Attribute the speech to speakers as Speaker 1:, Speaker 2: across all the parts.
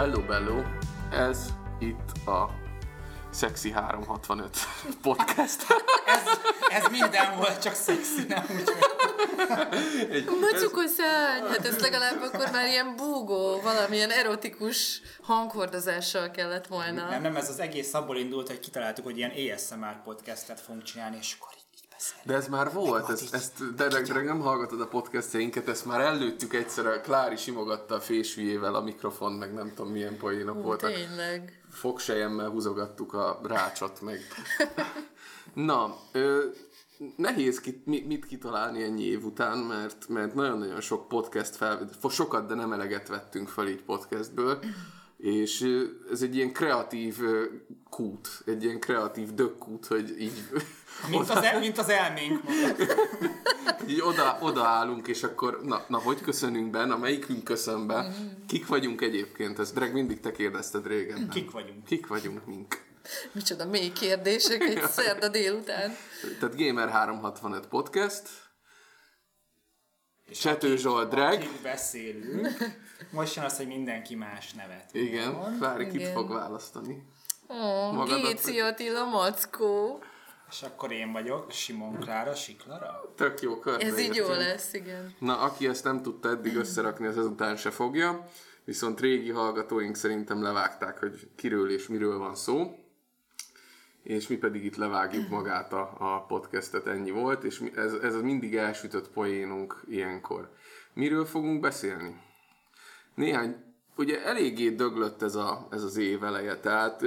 Speaker 1: Hello bello, ez itt a Szexi 365 podcast.
Speaker 2: ez minden volt, csak szexi, nem úgy.
Speaker 3: Macsukoszány! Hát ez legalább akkor már ilyen búgó, valamilyen erotikus hanghordozással kellett volna.
Speaker 2: Nem, ez az egész abból indult, hogy kitaláltuk, hogy ilyen ASMR podcastet fogunk csinálni, és akkor így beszélni.
Speaker 1: De ez már volt, de nem hallgatod a podcastjainket, ezt már előttük egyszer, a Klári simogatta a fésűjével a mikrofon, meg nem tudom milyen poénok voltak.
Speaker 3: Tényleg.
Speaker 1: Fogsejemmel húzogattuk a rácsot meg. Na, nehéz mit kitalálni ennyi év után, mert nagyon-nagyon sok podcast sokat, de nem eleget vettünk fel így podcastből, és ez egy ilyen kreatív kút, egy ilyen kreatív dökkút, hogy így...
Speaker 2: Mint az elménk.
Speaker 1: Így odaállunk, és akkor, na, hogy köszönünk be, na, melyikünk köszön be? Kik vagyunk egyébként? Ezt Dreg mindig te kérdezted régen. Nem? Kik vagyunk mink?
Speaker 3: Micsoda mély kérdések egy szerda délután.
Speaker 1: Tehát Gamer 365 podcast, Csető Zsolt Dreg.
Speaker 2: Akik beszélünk. Most jön az, hogy mindenki más nevet.
Speaker 1: Igen, Klári kit fog választani?
Speaker 3: Géci Attila Mackó.
Speaker 2: És akkor én vagyok, Simon Klára, Siklara.
Speaker 1: Tök jó körbe.
Speaker 3: Ez így jó lesz, igen.
Speaker 1: Na, aki ezt nem tudta eddig összerakni, az ezután se fogja. Viszont régi hallgatóink szerintem levágták, hogy kiről és miről van szó. És mi pedig itt levágjuk magát a podcastet, ennyi volt. És ez az mindig elsütött poénunk ilyenkor. Miről fogunk beszélni? Ugye eléggé döglött ez az év eleje, tehát...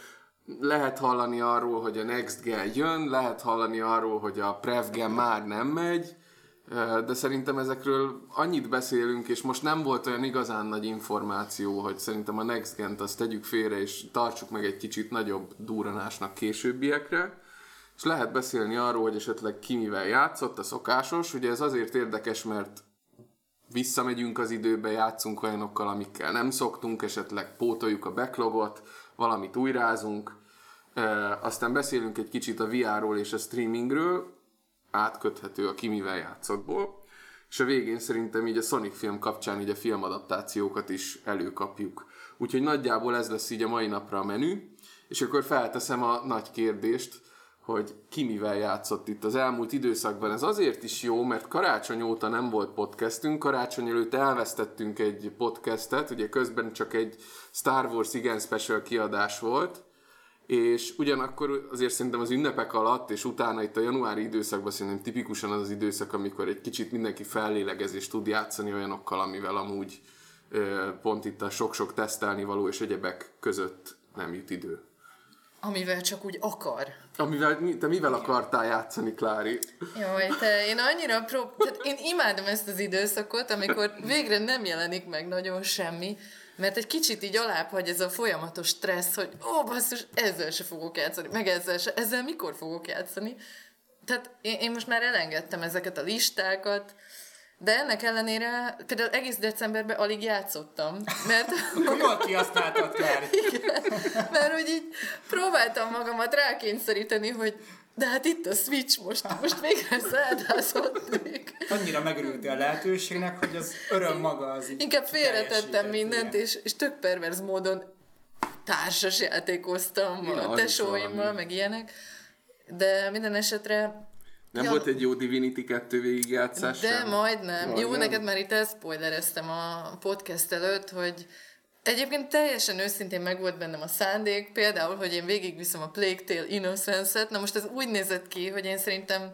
Speaker 1: Lehet hallani arról, hogy a Next Gen jön, lehet hallani arról, hogy a Prevgen már nem megy, de szerintem ezekről annyit beszélünk, és most nem volt olyan igazán nagy információ, hogy szerintem a Next Gent azt tegyük félre, és tartsuk meg egy kicsit nagyobb durranásnak későbbiekre. És lehet beszélni arról, hogy esetleg ki mivel játszott, a szokásos. Ugye ez azért érdekes, mert visszamegyünk az időbe, játszunk olyanokkal, amikkel nem szoktunk, esetleg pótoljuk a backlogot, valamit újrázunk, aztán beszélünk egy kicsit a VR-ról és a streamingről, átköthető a ki mivel játszottból, és a végén szerintem így a Sonic film kapcsán így a filmadaptációkat is előkapjuk. Úgyhogy nagyjából ez lesz így a mai napra a menü, és akkor felteszem a nagy kérdést, hogy ki mivel játszott itt az elmúlt időszakban. Ez azért is jó, mert karácsony óta nem volt podcastünk, karácsony előtt elvesztettünk egy podcastet, ugye közben csak egy Star Wars igen special kiadás volt, és ugyanakkor azért szerintem az ünnepek alatt, és utána itt a januári időszakban szerintem tipikusan az időszak, amikor egy kicsit mindenki fellélegez és tud játszani olyanokkal, amivel amúgy pont itt a sok-sok tesztelnivaló és egyebek között nem jut idő.
Speaker 3: Amivel csak úgy akar.
Speaker 1: Te mivel akartál játszani, Klári?
Speaker 3: Jaj, én annyira tehát én imádom ezt az időszakot, amikor végre nem jelenik meg nagyon semmi, mert egy kicsit így alábbhagy ez a folyamatos stressz, hogy basszus, ezzel se fogok játszani, meg ezzel mikor fogok játszani. Tehát én most már elengedtem ezeket a listákat, de ennek ellenére például egész decemberben alig játszottam, mert...
Speaker 2: Jól kihasználtad, Klári.
Speaker 3: Igen, mert hogy így próbáltam magamat rákényszeríteni, hogy de hát itt a Switch most végre zeldázhatnék.
Speaker 2: Annyira megörültél a lehetőségnek, hogy az öröm maga az így
Speaker 3: inkább félretettem mindent, és tök perverz módon társas játékoztam a tesóimmal, meg ilyenek. De minden esetre...
Speaker 1: Nem volt egy jó Divinity 2 végigjátszás?
Speaker 3: De majdnem. Jó, neked már itt elszpoilereztem a podcast előtt, hogy egyébként teljesen őszintén meg volt bennem a szándék, például, hogy én végigviszem a Plague Tale Innocence-et. Na most ez úgy nézett ki, hogy én szerintem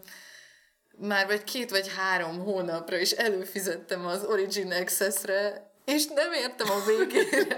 Speaker 3: már vagy 2 vagy 3 hónapra is előfizettem az Origin Access-re, és nem értem a végére.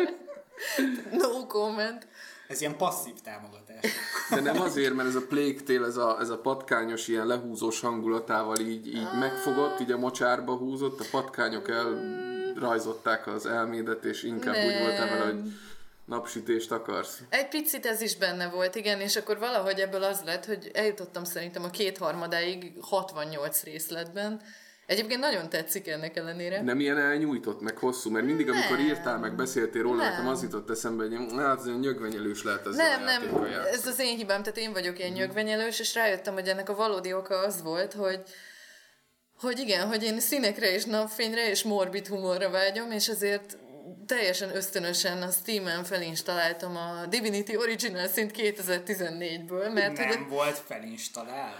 Speaker 3: No comment.
Speaker 2: Ez ilyen passzív támogatás.
Speaker 1: De nem azért, mert ez a Plague Tale, ez a patkányos, ilyen lehúzós hangulatával így megfogott, így a mocsárba húzott, a patkányok elrajzották az elmédet, és inkább úgy voltál vele, hogy napsütést akarsz.
Speaker 3: Egy picit ez is benne volt, igen, és akkor valahogy ebből az lett, hogy eljutottam szerintem a 2/3 68 részletben. Egyébként nagyon tetszik ennek ellenére.
Speaker 1: Nem ilyen elnyújtott, meg hosszú, mert mindig, amikor írtál, meg beszéltél róla, nekem az jutott eszembe, hogy hát ez olyan nyögvenyelős lehet ez a játékkal játszani.
Speaker 3: Ez az én hibám, tehát én vagyok ilyen nyögvenyelős, és rájöttem, hogy ennek a valódi oka az volt, hogy igen, hogy én színekre és napfényre és morbid humorra vágyom, és azért teljesen ösztönösen a Steam-en felinstaláltam a Divinity Original Sin 2014-ből, mert
Speaker 2: nem volt felinstalálva.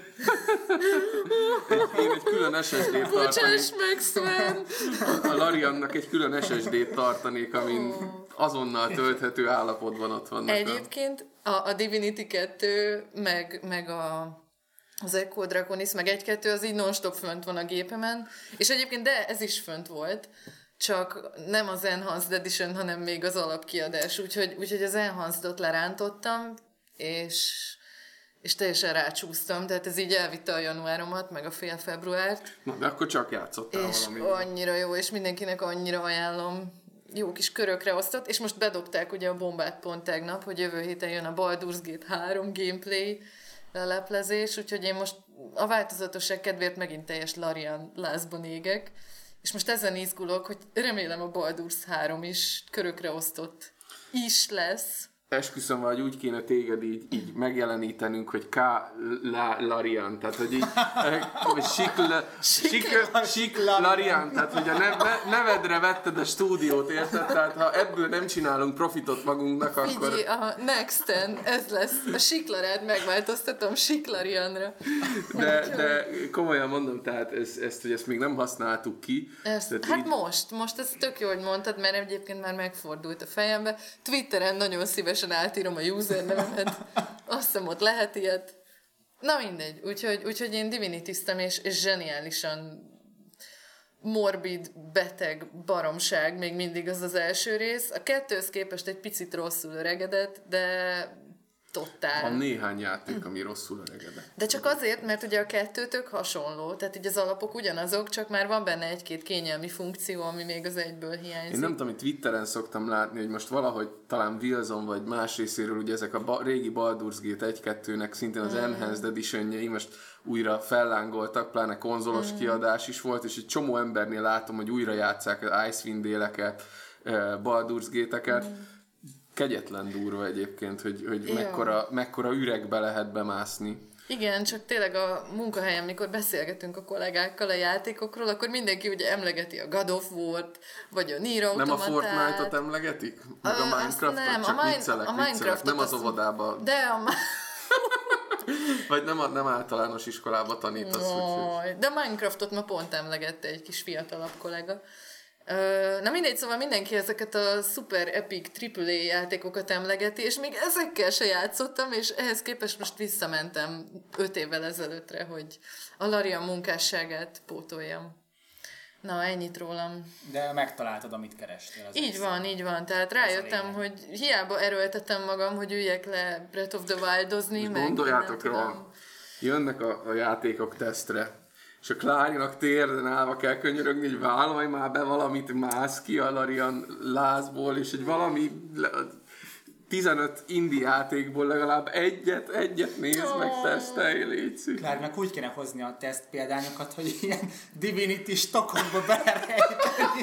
Speaker 1: Én egy külön SSD-t
Speaker 3: Bocsáss
Speaker 1: tartanék.
Speaker 3: meg, Sven!
Speaker 1: A Lariannak egy külön SSD-t tartanék, amin azonnal tölthető állapotban ott vannak.
Speaker 3: Egyébként a Divinity 2, meg az Echo Draconis, meg 1-2 az így non-stop fönt van a gépemen, és egyébként de ez is fönt volt, csak nem az Enhanced Edition, hanem még az alapkiadás, úgyhogy az Enhanced-ot lerántottam, és teljesen rácsúsztam, tehát ez így elvitte a januáromat, meg a fél februárt.
Speaker 1: Na, de akkor csak játszottál
Speaker 3: És
Speaker 1: valami.
Speaker 3: annyira jó, és mindenkinek annyira ajánlom, jó kis körökre osztott, és most bedobták ugye a bombát pont tegnap, hogy jövő héten jön a Baldur's Gate 3 gameplay leleplezés, úgyhogy én most a változatosság kedvéért megint teljes Larian lázban égek, és most ezen izgulok, hogy remélem a Baldur's 3 is körökre osztott is lesz.
Speaker 1: Esküszöm, hogy úgy kéne téged így megjelenítenünk, hogy Larian, tehát hogy így Sik Larian, tehát hogy a nevedre vetted a stúdiót, érted? Tehát ha ebből nem csinálunk profitot magunknak, akkor...
Speaker 3: Figyelj, a Next-en ez lesz, a Siklarát megváltoztatom Siklarianra.
Speaker 1: De komolyan mondom, tehát ezt még nem használtuk ki.
Speaker 3: Hát így... most ez tök jó, hogy mondtad, mert egyébként már megfordult a fejembe. Twitteren nagyon szívesen átírom a usernevemet, azt hiszem ott lehet ilyet. Na mindegy, úgyhogy én divinitiztem, és zseniálisan morbid, beteg baromság még mindig az első rész. A kettőhöz képest egy picit rosszul öregedett, de totál.
Speaker 1: Van néhány játék, ami rosszul öregedett.
Speaker 3: De csak azért, mert ugye a kettő tök hasonló, tehát így az alapok ugyanazok, csak már van benne egy-két kényelmi funkció, ami még az egyből hiányzik.
Speaker 1: Én nem tudom, hogy Twitteren szoktam látni, hogy most valahogy talán Wilson vagy más részéről ugye ezek a régi Baldur's Gate 1-2-nek szintén az Enhanced Edition-jei most újra fellángoltak, pláne konzolos kiadás is volt, és egy csomó embernél látom, hogy újra játsszák az Icewind Dale-eket, Baldur's Gate-eket. Kegyetlen durva egyébként, hogy mekkora üregbe lehet bemászni.
Speaker 3: Igen, csak tényleg a munkahelyen, mikor beszélgetünk a kollégákkal a játékokról, akkor mindenki ugye emlegeti a God of War-t, vagy a Nier Automatát.
Speaker 1: Nem a Fortnite-ot emlegetik? Meg a Minecraft-ot?
Speaker 3: Nem,
Speaker 1: csak viccelek. Nem az óvodában.
Speaker 3: De
Speaker 1: Vagy nem általános iskolába tanítasz.
Speaker 3: De a Minecraftot ma pont emlegette egy kis fiatalabb kollega. Na mindegy, szóval mindenki ezeket a super epic AAA játékokat emlegeti, és még ezekkel se játszottam, és ehhez képest most visszamentem 5 évvel ezelőttre, hogy a Larian munkásságát pótoljam. Na, ennyit rólam.
Speaker 2: De megtaláltad, amit kerestél.
Speaker 3: Így van. Tehát rájöttem, hogy hiába erőltetem magam, hogy üljek le Breath of the Wild-ozni.
Speaker 1: Gondoljátok rá, jönnek a játékok tesztre, és a Klárinak térden állva kell könyörögni, hogy vállalj már be valamit, mász ki a Larian lázból, és egy valami 15 indie játékból legalább egyet nézd meg, tesztelj, légy.
Speaker 2: Klárnak úgy kéne hozni a teszt példányokat, hogy ilyen Divinity stokokba belerejteni.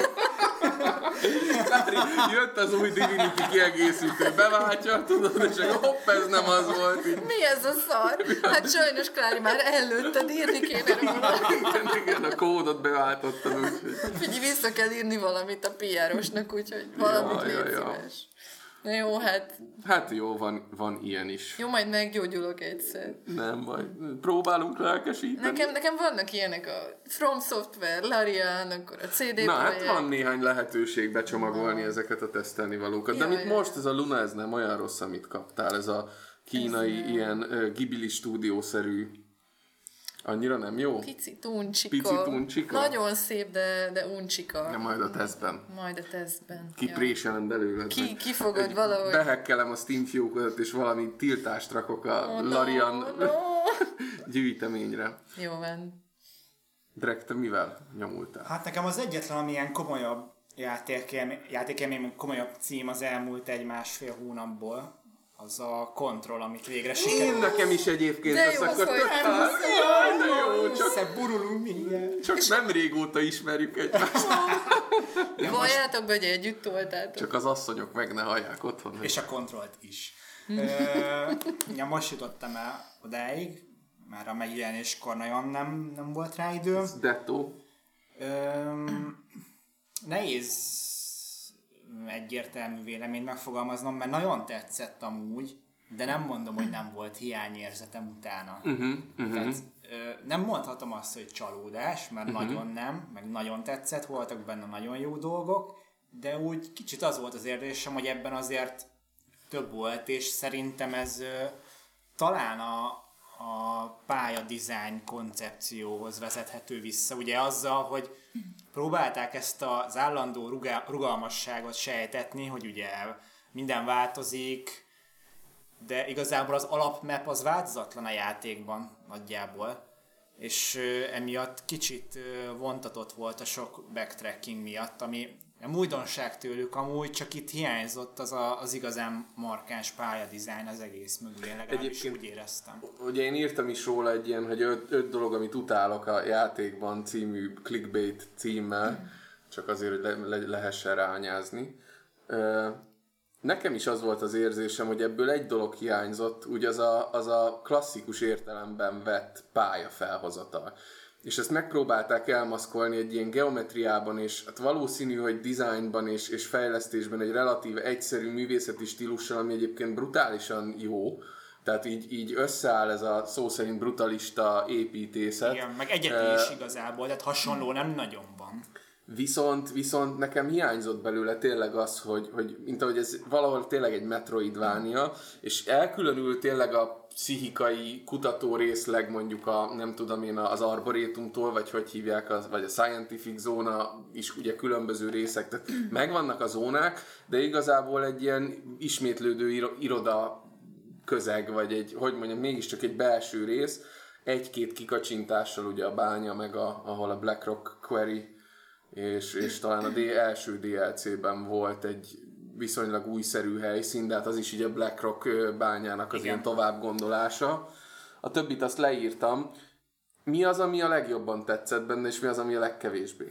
Speaker 1: Klári, jött az új Divinity kiegészítő, beváltja, tudod, és hopp, ez nem az volt. Így.
Speaker 3: Mi ez a szar? Hát sajnos, Klári, már előtted, írni kéne róla.
Speaker 1: Igen, a kódot beváltottam.
Speaker 3: Figyelj, vissza kell írni valamit a PR-osnak, úgyhogy valamit légy szíves. Na jó, hát...
Speaker 1: Hát jó, van ilyen is.
Speaker 3: Jó, majd meggyógyulok egyszer.
Speaker 1: Nem baj, próbálunk lelkesíteni.
Speaker 3: Nekem vannak ilyenek a From Software, Larian, akkor a CD
Speaker 1: Na,
Speaker 3: Projekt.
Speaker 1: hát van néhány lehetőség becsomagolni ezeket a tesztelni valókat. De most ez a Luna, ez nem olyan rossz, amit kaptál. Ez a kínai ilyen Ghibli stúdiószerű. Annyira nem jó?
Speaker 3: Picit uncsika. Nagyon szép, de uncsika.
Speaker 1: Ja, majd a tesztben. Kipréselem belőled.
Speaker 3: Kifogod valahogy.
Speaker 1: Behekkelem a Steam fiókodat, és valami tiltást rakok a Larian gyűjteményre.
Speaker 3: Jó van.
Speaker 1: Drek, te mivel nyomultál?
Speaker 2: Hát nekem az egyetlen, ami ilyen komolyabb játékélmény, komolyabb cím az elmúlt 1-1,5 hónapból, az a Control, amit végre sikerült.
Speaker 1: Én nekem is egyébként.
Speaker 3: De jó,
Speaker 1: akkor
Speaker 2: csak burulunk mindjárt.
Speaker 1: Csak nem régóta ismerjük egymást.
Speaker 3: Valljátok be, hogy együtt toltátok.
Speaker 1: Csak az asszonyok meg ne hallják otthon.
Speaker 2: És a Controlt is. Most jutottam el odáig, már a megjelenéskor nagyon nem volt rá idő.
Speaker 1: Detto.
Speaker 2: Nehéz egyértelmű véleményt megfogalmaznom, mert nagyon tetszett amúgy, de nem mondom, hogy nem volt hiányérzetem utána. Tehát nem mondhatom azt, hogy csalódás, mert nagyon nem, meg nagyon tetszett, voltak benne nagyon jó dolgok, de úgy kicsit az volt az érzésem, hogy ebben azért több volt, és szerintem ez talán a pálya-design koncepcióhoz vezethető vissza. Ugye azzal, hogy próbálták ezt az állandó rugalmasságot sejtetni, hogy ugye minden változik, de igazából az alapmap az változatlan a játékban nagyjából, és emiatt kicsit vontatott volt a sok backtracking miatt, ami nem újdonság tőlük amúgy, csak itt hiányzott az igazán markáns pályadizájn az egész mögül, én legalábbis úgy éreztem.
Speaker 1: Ugye én írtam is róla egy ilyen, hogy 5 dolog, amit utálok a játékban című clickbait címmel, csak azért, hogy lehessen rányázni. Nekem is az volt az érzésem, hogy ebből egy dolog hiányzott, úgy az a klasszikus értelemben vett pályafelhozatal. És ezt megpróbálták elmaszkolni egy ilyen geometriában, és hát valószínű, hogy designban és fejlesztésben egy relatív egyszerű művészeti stílussal, ami egyébként brutálisan jó, tehát így összeáll ez a szó szerint brutalista építészet.
Speaker 2: Igen, meg egyedi is igazából, tehát hasonló nem nagyon van.
Speaker 1: Viszont nekem hiányzott belőle tényleg az, hogy mint ahogy ez valahol tényleg egy Metroidvania, és elkülönül tényleg a pszichikai kutató részleg mondjuk nem tudom én az Arborétumtól, vagy hogy hívják, vagy a Scientific Zóna is ugye különböző részek, tehát megvannak a zónák, de igazából egy ilyen ismétlődő iroda közeg, vagy mégiscsak egy belső rész, egy-két kikacsintással ugye a bánya, meg ahol a Blackrock Quarry és talán első DLC-ben volt egy viszonylag újszerű helyszín, de hát az is így a Blackrock bányának az ilyen tovább gondolása. A többit azt leírtam. Mi az, ami a legjobban tetszett benne, és mi az, ami a legkevésbé?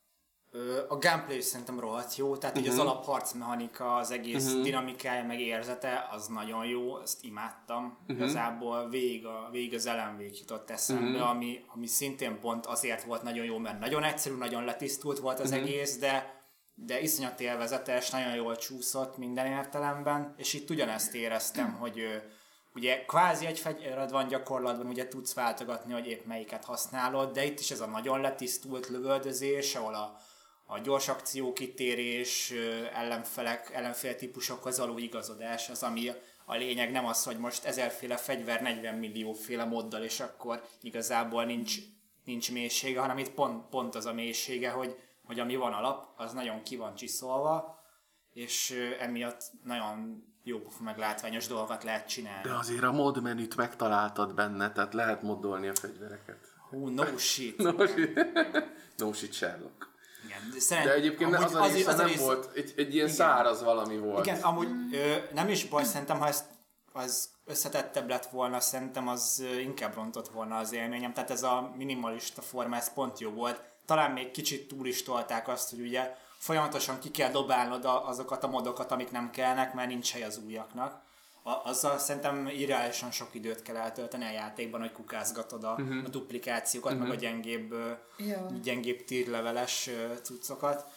Speaker 2: A gameplay szerintem rohadt jó, tehát így az alapharcmechanika, az egész dinamikája, meg érzete, az nagyon jó, ezt imádtam. Igazából végig az LMV-k jutott eszembe, ami szintén pont azért volt nagyon jó, mert nagyon egyszerű, nagyon letisztult volt az egész, de iszonyat élvezetes, nagyon jól csúszott minden értelemben, és itt ugyanezt éreztem, hogy ugye kvázi egy fegyvered van gyakorlatban, ugye tudsz váltogatni, hogy épp melyiket használod, de itt is ez a nagyon letisztult lövöldözés, ahol a gyors akciókitérés, ellenfél típusokhoz való igazodás, az ami a lényeg, nem az, hogy most 1000-féle fegyver 40 millióféle moddal, és akkor igazából nincs mélysége, hanem itt pont az a mélysége, hogy ami van alap, az nagyon ki van csiszolva, és emiatt nagyon jó meg látványos dolgokat lehet csinálni.
Speaker 1: De azért a mod menüt megtaláltad benne, tehát lehet moddolni a fegyvereket.
Speaker 2: No shit.
Speaker 1: No shit Sherlock.
Speaker 2: Igen,
Speaker 1: de egyébként az a része nem volt, egy ilyen száraz valami volt.
Speaker 2: Igen, amúgy nem is baj, szerintem, ha az összetettebb lett volna, szerintem az inkább rontott volna az élményem. Tehát ez a minimalista forma, ez pont jó volt. Talán még kicsit túl is tolták azt, hogy ugye folyamatosan ki kell dobálnod azokat a modokat, amik nem kellnek, mert nincs hely az újaknak. Azzal szerintem irreálisan sok időt kell eltölteni a játékban, hogy kukázgatod a duplikációkat, meg a gyengébb tírleveles cuccokat.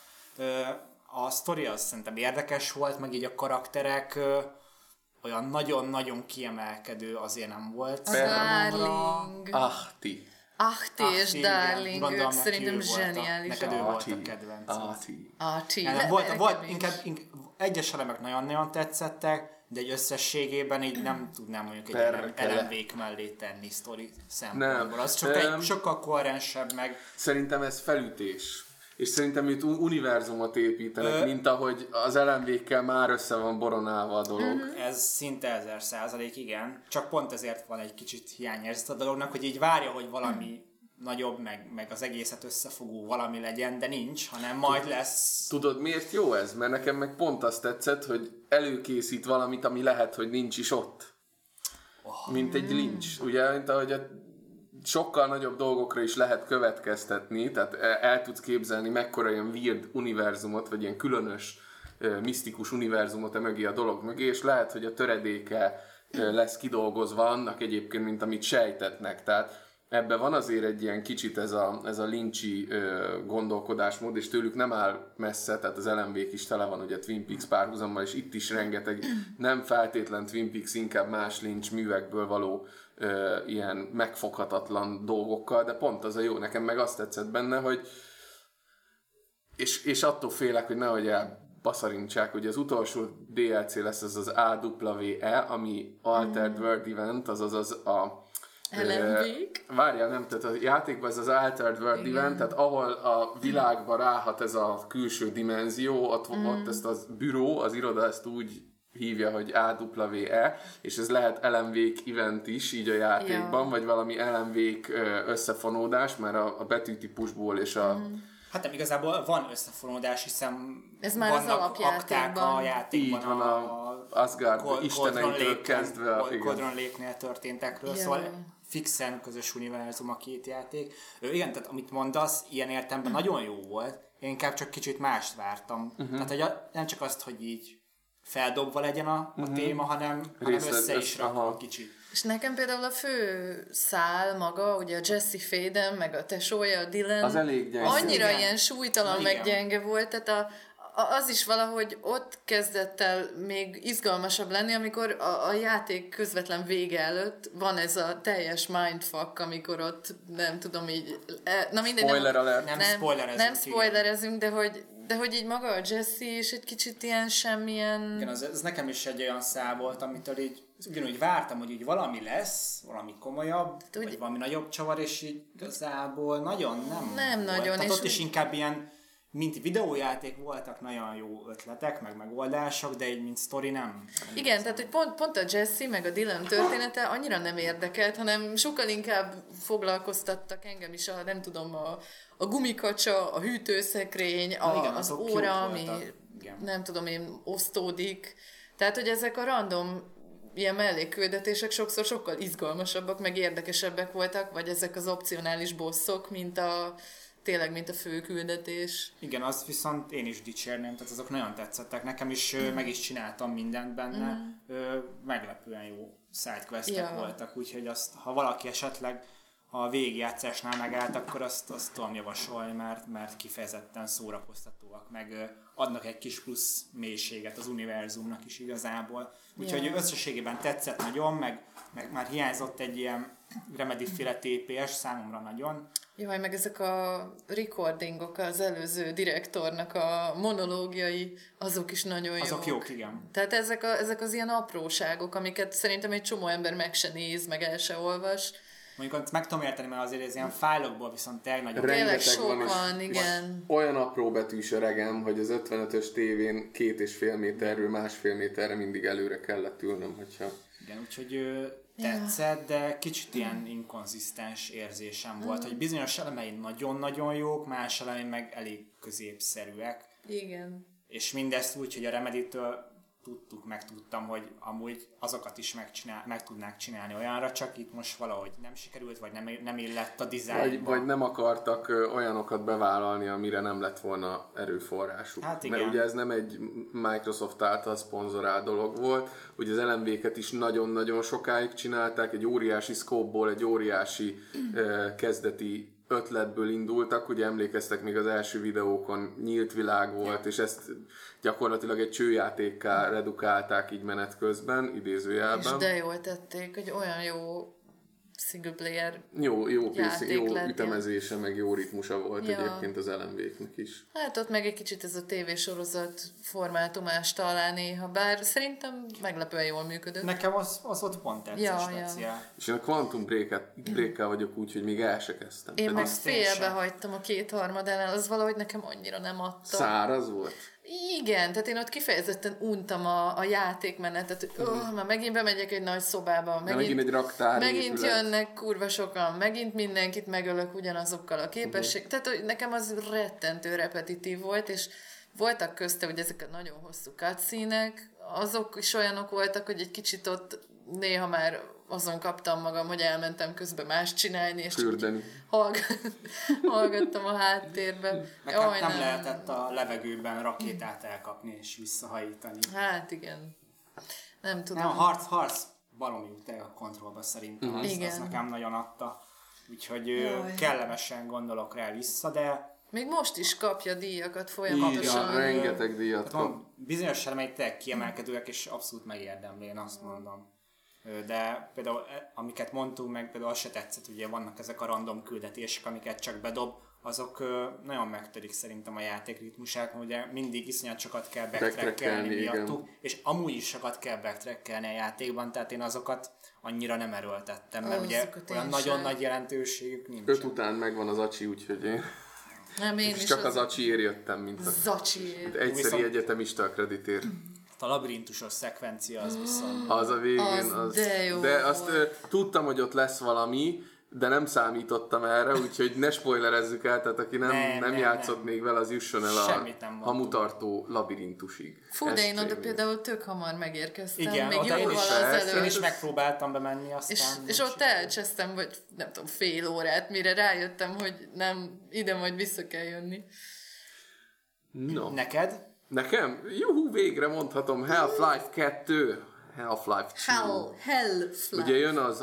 Speaker 2: A sztori az szerintem érdekes volt, meg így a karakterek olyan nagyon-nagyon kiemelkedő azért nem volt.
Speaker 3: A Darling.
Speaker 1: Ahti
Speaker 3: és Darling, szerintem zseniális.
Speaker 2: Neked ő volt a kedvenc.
Speaker 3: Ahti.
Speaker 2: Volt inkább egyes elemek nagyon-nagyon tetszettek, de egy összességében így nem tudnám mondjuk egy LMV-k mellé tenni sztori szempontból. Az csak egy sokkal koherensebb meg. Szerintem
Speaker 1: ez felütés. És szerintem itt univerzumot építenek, mint ahogy az LMV-kkel már össze van boronálva a dolog.
Speaker 2: Ez szinte 1000%, igen. Csak pont ezért van egy kicsit hiányérzet a dolognak, hogy így várja, hogy valami nagyobb, meg az egészet összefogó valami legyen, de nincs, hanem majd lesz.
Speaker 1: Tudod, miért jó ez? Mert nekem meg pont azt tetszett, hogy előkészít valamit, ami lehet, hogy nincs is ott. Mint egy Lynch. Ugye, mint ahogy sokkal nagyobb dolgokra is lehet következtetni, tehát el tudsz képzelni mekkora ilyen weird univerzumot, vagy ilyen különös, misztikus univerzumot mögé a dolog mögé, és lehet, hogy a töredéke lesz kidolgozva annak egyébként, mint amit sejtetnek. Tehát ebben van azért egy ilyen kicsit ez a Lynch-i gondolkodásmód, és tőlük nem áll messze, tehát az LMV-k is tele van ugye Twin Peaks párhuzammal, és itt is rengeteg nem feltétlen Twin Peaks, inkább más Lynch művekből való ilyen megfoghatatlan dolgokkal, de pont az a jó, nekem meg azt tetszett benne, hogy és attól félek, hogy nehogy elbaszarintsák, ugye az utolsó DLC lesz az AWE, ami Altered World Event, azaz a várjál, nem, tehát a játékban ez az Altered World Event, tehát ahol a világba ráhat ez a külső dimenzió, ott ezt a büró, az iroda ezt úgy hívja, hogy AWE, és ez lehet LMV-k event is így a játékban, vagy valami LMV-k összefonódás, mert a betűtípusból és a
Speaker 2: Hát nem, igazából van összefonódás, hiszen
Speaker 3: ez már vannak akták
Speaker 2: a játékban.
Speaker 1: Így van a Asgard isteneitől kezdve.
Speaker 2: Cauldron Lake-nél történtekről, szóval fixen közös univerzum a két játék. Igen, tehát amit mondasz, ilyen értelemben nagyon jó volt, én inkább csak kicsit mást vártam. Tehát hogy nem csak azt, hogy így feldobva legyen a téma, hanem össze is rakva kicsit.
Speaker 3: És nekem például a fő szál maga, ugye a Jesse Faden, meg a tesója, a Dylan,
Speaker 1: az elég gyenge.
Speaker 3: Annyira ilyen súlytalan, meg gyenge volt, tehát az is valahogy ott kezdett el még izgalmasabb lenni, amikor a játék közvetlen vége előtt van ez a teljes mindfuck, amikor ott nem tudom így... Na mindegy,
Speaker 1: spoiler alert.
Speaker 2: Nem
Speaker 3: spoilerezünk, de hogy így maga a Jesse is egy kicsit ilyen semmilyen...
Speaker 2: Igen, ez nekem is egy olyan szál volt, amitől így ugyanúgy vártam, hogy így valami lesz, valami komolyabb, vagy valami nagyobb csavar, és így igazából nagyon nem volt.
Speaker 3: Nagyon.
Speaker 2: Tehát ott is inkább ilyen, mint videójáték voltak nagyon jó ötletek, meg megoldások, de így mint sztori nem.
Speaker 3: Igen, tehát hogy pont a Jesse meg a Dylan története annyira nem érdekelt, hanem sokkal inkább foglalkoztattak engem is nem tudom, a gumikacsa, a hűtőszekrény, az óra, ami nem tudom én, osztódik. Tehát, hogy ezek a random ilyen mellékküldetések sokszor sokkal izgalmasabbak, meg érdekesebbek voltak, vagy ezek az opcionális bosszok, mint a fő küldetés.
Speaker 2: Igen, az viszont én is dicsérném, tehát azok nagyon tetszettek. Nekem is meg is csináltam mindent benne. Meglepően jó sidequestek voltak, úgyhogy azt, ha valaki esetleg a végigjátszásnál megállt, akkor azt tudom javasolni, mert kifejezetten szórakoztatóak, meg adnak egy kis plusz mélységet az univerzumnak is igazából. Úgyhogy összességében tetszett nagyon, meg már hiányzott egy ilyen Remedy-féle TPS számomra nagyon.
Speaker 3: Jaj, meg ezek a recordingok, az előző direktornak a monológiai, azok is nagyon jók.
Speaker 2: Azok jók, igen.
Speaker 3: Tehát ezek az ilyen apróságok, amiket szerintem egy csomó ember meg se néz, meg el se olvas.
Speaker 2: Mondjuk meg tudom érteni, mert azért ez ilyen fájlokból viszont tényleg
Speaker 3: rengeteg sok van, igen.
Speaker 1: Olyan apró betűs öregem, hogy az 55-ös tévén 2,5 méterről 1,5 méterre mindig előre kellett ülnöm, hogyha...
Speaker 2: Igen, úgyhogy tetszett, de kicsit ilyen inkonzisztens érzésem volt, hogy bizonyos elemei nagyon-nagyon jók, más elemei meg elég középszerűek.
Speaker 3: Igen.
Speaker 2: És mindezt úgy, hogy a Remedy-től megtudtam, hogy amúgy azokat is meg tudnák csinálni olyanra, csak itt most valahogy nem sikerült, vagy nem illett a dizájnba.
Speaker 1: Vagy nem akartak olyanokat bevállalni, amire nem lett volna erőforrásuk.
Speaker 2: Hát igen.
Speaker 1: Mert ugye ez nem egy Microsoft által szponzorált dolog volt, ugye az LMV-ket is nagyon-nagyon sokáig csinálták, egy óriási scope-ból, egy óriási kezdeti ötletből indultak, ugye emlékeztek, még az első videókon nyílt világ volt, és ezt gyakorlatilag egy csőjátékká redukálták így menet közben, idézőjelben.
Speaker 3: És de jól tették, hogy olyan jó single player
Speaker 1: jó ütemezése, meg jó ritmusa volt egyébként az LMV-knek is.
Speaker 3: Hát ott meg egy kicsit ez a tévésorozat formátumás talán néha, bár szerintem meglepően jól működött.
Speaker 2: Nekem az ott pont tetszett speciál.
Speaker 1: És én a Quantum Break-kel vagyok úgy, hogy még el se kezdtem.
Speaker 3: Én meg félbehagytam a 2/3-ánál, az valahogy nekem annyira nem adta.
Speaker 1: Száraz volt?
Speaker 3: Igen, tehát én ott kifejezetten untam a játékmenetet, hogy már megint bemegyek egy nagy szobába,
Speaker 1: megint egy raktár
Speaker 3: megint jönnek kurva sokan, megint mindenkit megölök ugyanazokkal a képességekkel. Tehát nekem az rettentő repetitív volt, és voltak közte, hogy ezek a nagyon hosszú cutscene-ek, azok is olyanok voltak, hogy egy kicsit ott néha már azon kaptam magam, hogy elmentem közben más csinálni, és hallgattam a háttérben.
Speaker 2: Meg nem lehetett a levegőben rakétát elkapni és visszahajítani.
Speaker 3: Hát igen. Nem tudom.
Speaker 2: Nem, harc baromi a kontrollba szerintem. Az nekem nagyon adta. Úgyhogy kellemesen gondolok rá vissza, de...
Speaker 3: Még most is kapja díjakat folyamatosan.
Speaker 1: Igen, rengeteg díjat kap.
Speaker 2: Bizonyos elemeik tényleg kiemelkedőek, és abszolút megérdemli, én azt mondom. De például amiket mondtunk meg, például az se tetszett, ugye vannak ezek a random küldetések, amiket csak bedob, azok nagyon megtörik szerintem a játék ritmusát, ugye mindig iszonyat sokat kell backtrackelni miattuk, és amúgy is sokat kell backtrackelni a játékban, tehát én azokat annyira nem erőltettem, mert ugye olyan nagyon nagy jelentőségük nincs.
Speaker 1: 5 után megvan az acsi, úgyhogy én...
Speaker 3: Nem, én
Speaker 1: és csak az acsiért jöttem, mint egyszeri egyetemista a kreditért.
Speaker 2: A labirintusos szekvencia az viszont...
Speaker 1: Az a végén, de azt tudtam, hogy ott lesz valami, de nem számítottam erre, úgyhogy ne spoilerezzük el, tehát aki nem játszott még vele, az jusson el a hamutartó labirintusig.
Speaker 3: Fú, de én oda például tök hamar megérkeztem.
Speaker 2: Igen,
Speaker 3: még
Speaker 2: én is megpróbáltam bemenni aztán.
Speaker 3: És ott elcsesztem, vagy nem tudom, fél órát, mire rájöttem, hogy nem, ide majd vissza kell jönni.
Speaker 1: No.
Speaker 2: Neked?
Speaker 1: Nekem? Juhu, végre mondhatom, Half-Life 2. Half-Life 2.
Speaker 3: Half-Life.
Speaker 1: Ugye jön az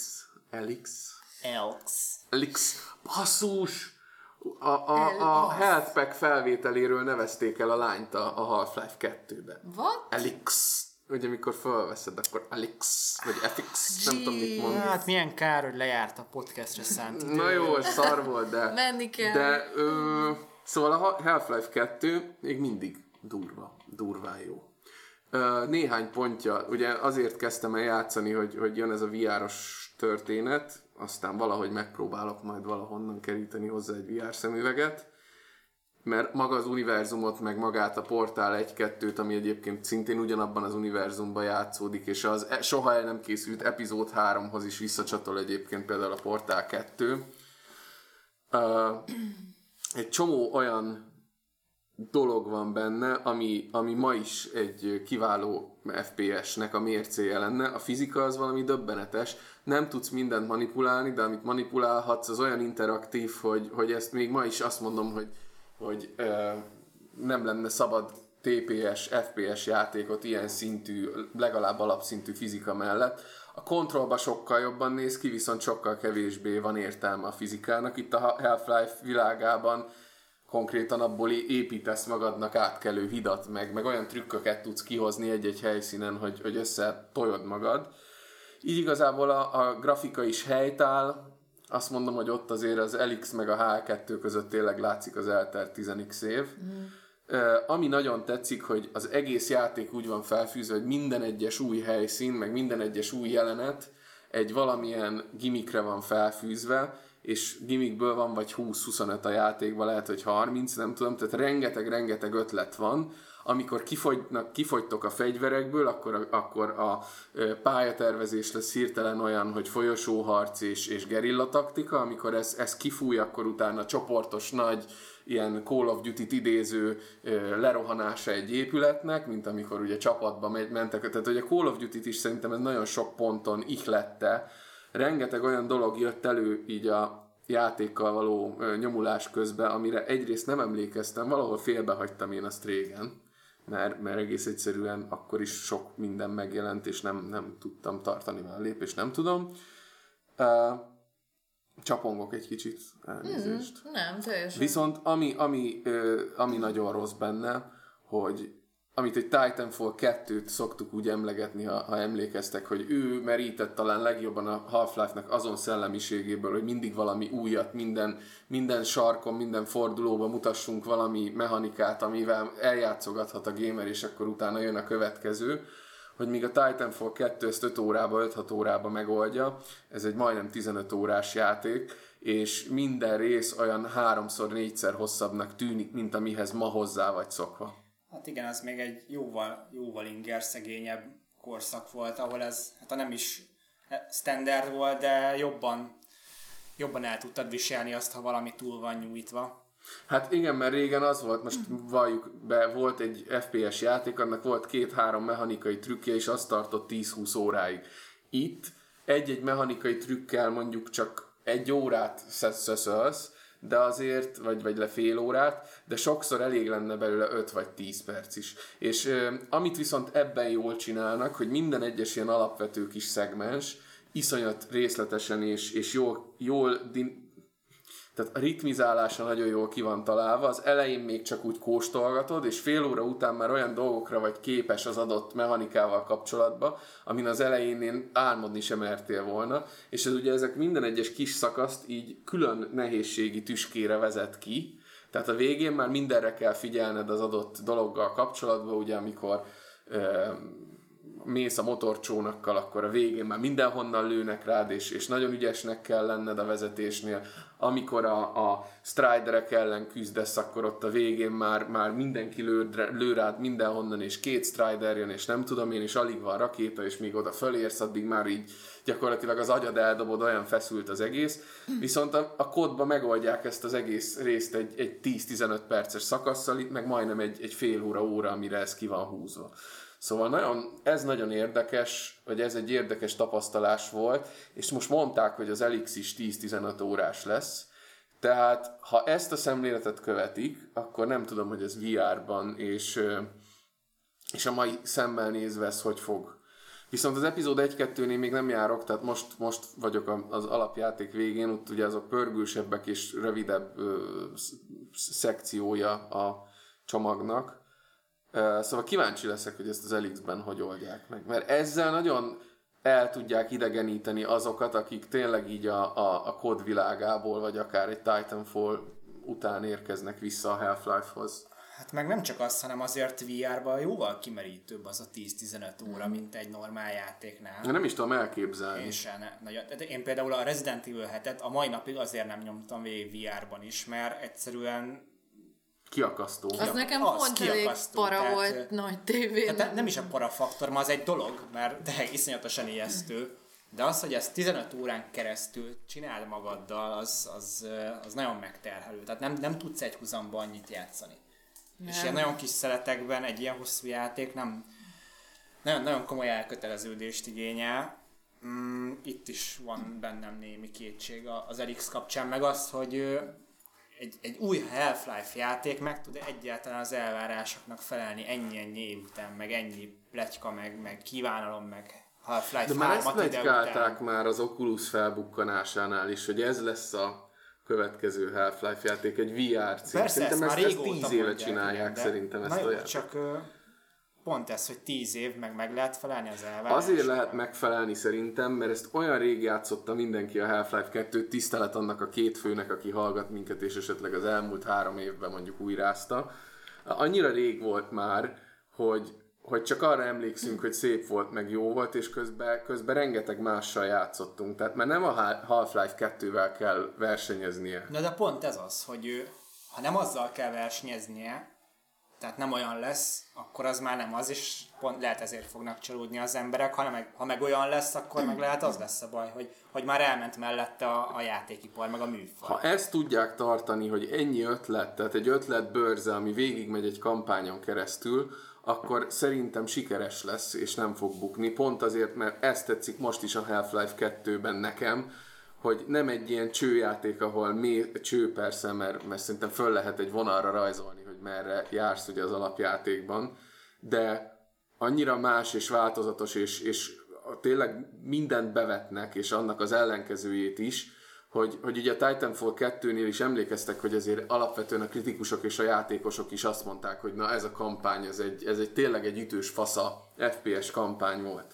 Speaker 1: Alyx. Basszus! A Health Pack felvételéről nevezték el a lányt a Half-Life 2-be.
Speaker 3: What?
Speaker 1: Alyx. Ugye mikor felveszed, akkor Alyx, vagy FX, nem tudom mit mondani.
Speaker 2: Hát milyen kár, hogy lejárt a podcastre szánt.
Speaker 1: Na jó, szar volt, de...
Speaker 3: Menni kell.
Speaker 1: De, szóval a Half-Life 2 még mindig durván jó. Néhány pontja, ugye azért kezdtem el játszani, hogy jön ez a VR-os történet, aztán valahogy megpróbálok majd valahonnan keríteni hozzá egy VR szemüveget, mert maga az univerzumot, meg magát a Portál 1-2-t, ami egyébként szintén ugyanabban az univerzumban játszódik, és az soha el nem készült epizód 3-hoz is visszacsatol egyébként például a Portál 2. Egy csomó olyan dolog van benne, ami ma is egy kiváló FPS-nek a mércéje lenne. A fizika az valami döbbenetes. Nem tudsz mindent manipulálni, de amit manipulálhatsz, az olyan interaktív, hogy ezt még ma is azt mondom, hogy nem lenne szabad TPS, FPS játékot ilyen szintű, legalább alapszintű fizika mellett. A kontrollban sokkal jobban néz ki, viszont sokkal kevésbé van értelme a fizikának. Itt a Half-Life világában konkrétan abból építesz magadnak átkelő hidat, meg olyan trükköket tudsz kihozni egy-egy helyszínen, hogy összetoljod magad. Így igazából a grafika is helytáll. Azt mondom, hogy ott azért az Alyx meg a H2 között tényleg látszik az eltelt 10x év. Ami nagyon tetszik, hogy az egész játék úgy van felfűzve, hogy minden egyes új helyszín, meg minden egyes új jelenet egy valamilyen gimmickre van felfűzve, és gimmickből van vagy 20-25 a játékban, lehet, hogy 30, nem tudom, tehát rengeteg ötlet van. Amikor kifogytok a fegyverekből, akkor a pályatervezés lesz hirtelen olyan, hogy folyosóharc és gerillataktika, amikor ez kifúj, akkor utána csoportos nagy ilyen Call of Duty-t idéző lerohanása egy épületnek, mint amikor ugye csapatba mentek. Tehát hogy a Call of Duty-t is szerintem ez nagyon sok ponton ihlette. Rengeteg olyan dolog jött elő így a játékkal való nyomulás közben, amire egyrészt nem emlékeztem, valahol félbehagytam én azt régen, mert egész egyszerűen akkor is sok minden megjelent, és nem tudtam tartani már a lépést, nem tudom. Csapongok egy kicsit, elnézést.
Speaker 3: Nem, teljesen.
Speaker 1: Viszont ami nagyon rossz benne, hogy amit egy Titanfall 2-t szoktuk úgy emlegetni, ha emlékeztek, hogy ő merített talán legjobban a Half-Life-nak azon szellemiségéből, hogy mindig valami újat, minden sarkon, minden fordulóban mutassunk valami mechanikát, amivel eljátszogathat a gamer, és akkor utána jön a következő, hogy míg a Titanfall 2 ezt 5 órába, 5-6 órába megoldja, ez egy majdnem 15 órás játék, és minden rész olyan 3-4-szer hosszabbnak tűnik, mint amihez ma hozzá vagy szokva.
Speaker 2: Hát igen, ez még egy jóval ingerszegényebb korszak volt, ahol ez, hát nem is standard volt, de jobban el tudtad viselni azt, ha valami túl van nyújtva.
Speaker 1: Hát igen, mert régen az volt, most valljuk be, volt egy FPS játék, annak volt 2-3 mechanikai trükkje, és azt tartott 10-20 óráig. Itt egy-egy mechanikai trükkel mondjuk csak 1 órát szöszölsz, de azért, vagy le fél órát, de sokszor elég lenne belőle 5 vagy 10 perc is. És amit viszont ebben jól csinálnak, hogy minden egyes ilyen alapvető kis szegmens iszonyat részletesen és jól tehát a ritmizálása nagyon jól ki van találva, az elején még csak úgy kóstolgatod, és fél óra után már olyan dolgokra vagy képes az adott mechanikával kapcsolatban, amin az elején én álmodni sem mertél volna, és ez ugye ezek minden egyes kis szakaszt így külön nehézségi tüskére vezet ki, tehát a végén már mindenre kell figyelned az adott dologgal kapcsolatban, ugye amikor mész a motorcsónakkal, akkor a végén már mindenhonnan lőnek rád, és nagyon ügyesnek kell lenned a vezetésnél. Amikor a striderek ellen küzdesz, akkor ott a végén már mindenki lő rád mindenhonnan, és 2 strider jön, és nem tudom én, és alig van rakéta, és még oda fölérsz, addig már így gyakorlatilag az agyad eldobod, olyan feszült az egész. Viszont a kódban megoldják ezt az egész részt egy 10-15 perces szakasszal, itt meg majdnem egy fél óra, amire ez ki van húzva. Szóval ez nagyon érdekes, vagy ez egy érdekes tapasztalás volt, és most mondták, hogy az Elix is 10-15 órás lesz, tehát ha ezt a szemléletet követik, akkor nem tudom, hogy ez VR-ban és a mai szemmel nézve ez hogy fog. Viszont az epizód 1-2-nél még nem járok, tehát most vagyok az alapjáték végén, ott ugye azok pörgősebbek és rövidebb szekciója a csomagnak. Szóval kíváncsi leszek, hogy ezt az Elix-ben hogy oldják meg. Mert ezzel nagyon el tudják idegeníteni azokat, akik tényleg így a kód világából, vagy akár egy Titanfall után érkeznek vissza a Half-Life-hoz.
Speaker 2: Hát meg nem csak az, hanem azért VR-ban jóval kimerítőbb az a 10-15 óra, mint egy normál játéknál.
Speaker 1: Nem is tudom elképzelni.
Speaker 2: Én például a Resident Evil 7-et a mai napig azért nem nyomtam végig VR-ban is, mert egyszerűen
Speaker 1: kiakasztó.
Speaker 3: Az nekem pont elég para volt nagy tévén.
Speaker 2: Tehát nem is a parafaktor, ma az egy dolog, mert de iszonyatosan ijesztő. De az, hogy ezt 15 órán keresztül csináld magaddal, az nagyon megterhelő. Tehát nem tudsz egy húzamban annyit játszani. Nem. És ilyen nagyon kis szeletekben egy ilyen hosszú játék nagyon komoly elköteleződést igényel. Itt is van bennem némi kétség az Elix kapcsán, meg az, hogy egy új Half-Life játék meg tud egyáltalán az elvárásoknak felelni ennyi év után, meg ennyi pletyka, meg kívánalom, meg Half-Life 3-at
Speaker 1: de már ezt pletykálták már az Oculus felbukkanásánál is, hogy ez lesz a következő Half-Life játék, egy VR cím.
Speaker 2: Persze,
Speaker 1: szerintem
Speaker 2: ezt
Speaker 1: 10 éve csinálják, szerintem ezt a játékot.
Speaker 2: Csak pont ez, hogy 10 év meg lehet felelni az elvárásoknak.
Speaker 1: Azért lehet megfelelni szerintem, mert ezt olyan rég játszotta mindenki a Half-Life 2-t, tisztelet annak a 2 főnek, aki hallgat minket, és esetleg az elmúlt 3 évben mondjuk újrázta. Annyira rég volt már, hogy csak arra emlékszünk, hogy szép volt, meg jó volt, és közben rengeteg mással játszottunk. Tehát már nem a Half-Life 2-vel kell versenyeznie.
Speaker 2: Na de pont ez az, hogy ha nem azzal kell versenyeznie, tehát nem olyan lesz, akkor az már nem az, és pont lehet ezért fognak csalódni az emberek, ha meg olyan lesz, akkor meg lehet az lesz a baj, hogy már elment mellette a játékipar, meg a műfaj.
Speaker 1: Ha ezt tudják tartani, hogy ennyi ötlet, tehát egy ötletbőrze, ami végigmegy egy kampányon keresztül, akkor szerintem sikeres lesz, és nem fog bukni. Pont azért, mert ezt tetszik most is a Half-Life 2-ben nekem, hogy nem egy ilyen csőjáték, ahol cső persze, mert szerintem föl lehet egy vonalra rajzolni, hogy merre jársz ugye az alapjátékban, de annyira más és változatos, és tényleg mindent bevetnek, és annak az ellenkezőjét is, hogy ugye a Titanfall 2-nél is emlékeztek, hogy azért alapvetően a kritikusok és a játékosok is azt mondták, hogy na ez a kampány, ez egy tényleg egy ütős fasza FPS kampány volt.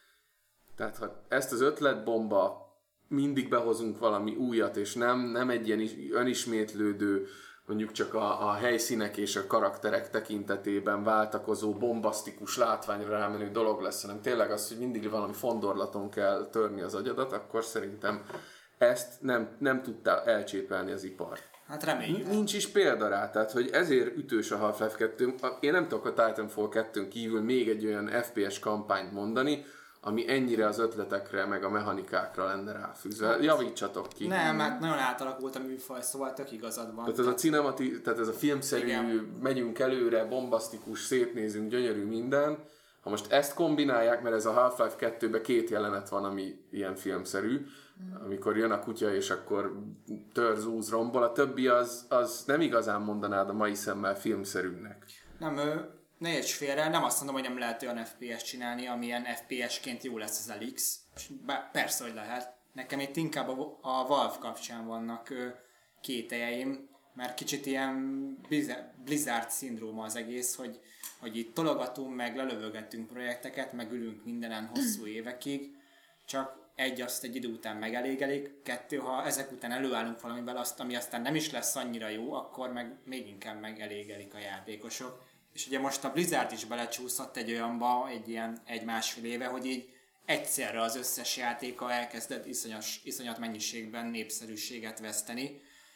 Speaker 1: Tehát ha ezt az ötletbomba mindig behozunk valami újat, és nem egy ilyen önismétlődő, mondjuk csak a helyszínek és a karakterek tekintetében váltakozó, bombasztikus, látványra rámenő dolog lesz, hanem tényleg az, hogy mindig valami fondorlaton kell törni az agyadat, akkor szerintem ezt nem tudta elcsépelni az ipar.
Speaker 2: Hát reméljük.
Speaker 1: Nincs is példa rá, tehát hogy ezért ütős a Half-Life 2. Én nem tudok a Titanfall 2-n kívül még egy olyan FPS kampányt mondani, ami ennyire az ötletekre, meg a mechanikákra lenne ráfűzve. Javítsatok ki.
Speaker 2: Nem, hát nagyon átalakult a műfaj, szóval tök igazad van.
Speaker 1: Tehát ez a filmszerű, igen, megyünk előre, bombasztikus, szétnézünk, gyönyörű minden. Ha most ezt kombinálják, mert ez a Half-Life 2-ben 2 jelenet van, ami ilyen filmszerű, amikor jön a kutya, és akkor zúz, rombol. A többi az nem igazán mondanád a mai szemmel filmszerűnek.
Speaker 2: ne érts félre, nem azt mondom, hogy nem lehet olyan FPS csinálni, amilyen FPS-ként jó lesz az Elix. Persze, hogy lehet. Nekem itt inkább a Valve kapcsán vannak kételjeim, mert kicsit ilyen Blizzard szindróma az egész, hogy itt tologatunk, meg lelövögetünk projekteket, meg ülünk mindenen hosszú évekig, csak azt egy idő után megelégelik, 2, ha ezek után előállunk valamivel, ami aztán nem is lesz annyira jó, akkor meg még inkább megelégelik a játékosok. És ugye most a Blizzard is belecsúszott egy olyanba, egy ilyen 1-1,5 éve, hogy így egyszerre az összes játéka elkezdett iszonyat mennyiségben népszerűséget veszteni.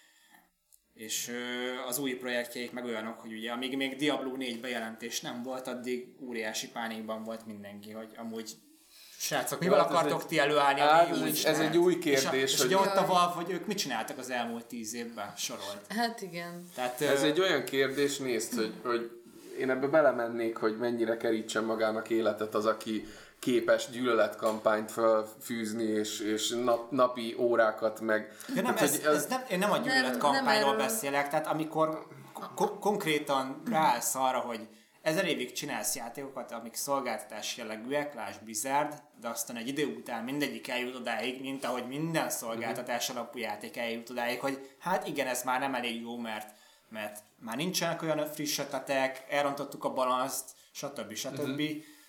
Speaker 2: És az új projektjeik meg olyanok, hogy ugye amíg még Diablo 4 bejelentés nem volt, addig óriási pánikban volt mindenki, hogy amúgy srácok, mivel akartok ti előállni?
Speaker 1: Ez egy új kérdés.
Speaker 2: És ugye ott a Valve, hogy ők mit csináltak az elmúlt 10 évben, sorolt.
Speaker 3: Hát igen.
Speaker 2: Tehát,
Speaker 1: ez egy olyan kérdés, nézd, hogy én ebbe belemennék, hogy mennyire kerítsen magának életet az, aki képes gyűlöletkampányt felfűzni, és napi órákat meg...
Speaker 2: Ja, nem, én nem a gyűlöletkampányról beszélek, tehát amikor konkrétan ráállsz arra, hogy 1000 évig csinálsz játékokat, amik szolgáltatás jellegűek, lásd Blizzard, de aztán egy idő után mindegyik eljut odáig, mint ahogy minden szolgáltatás alapú játék eljut odáig, hogy hát igen, ez már nem elég jó, mert már nincsenek olyan friss ötletek, elrontottuk a balanszt, stb.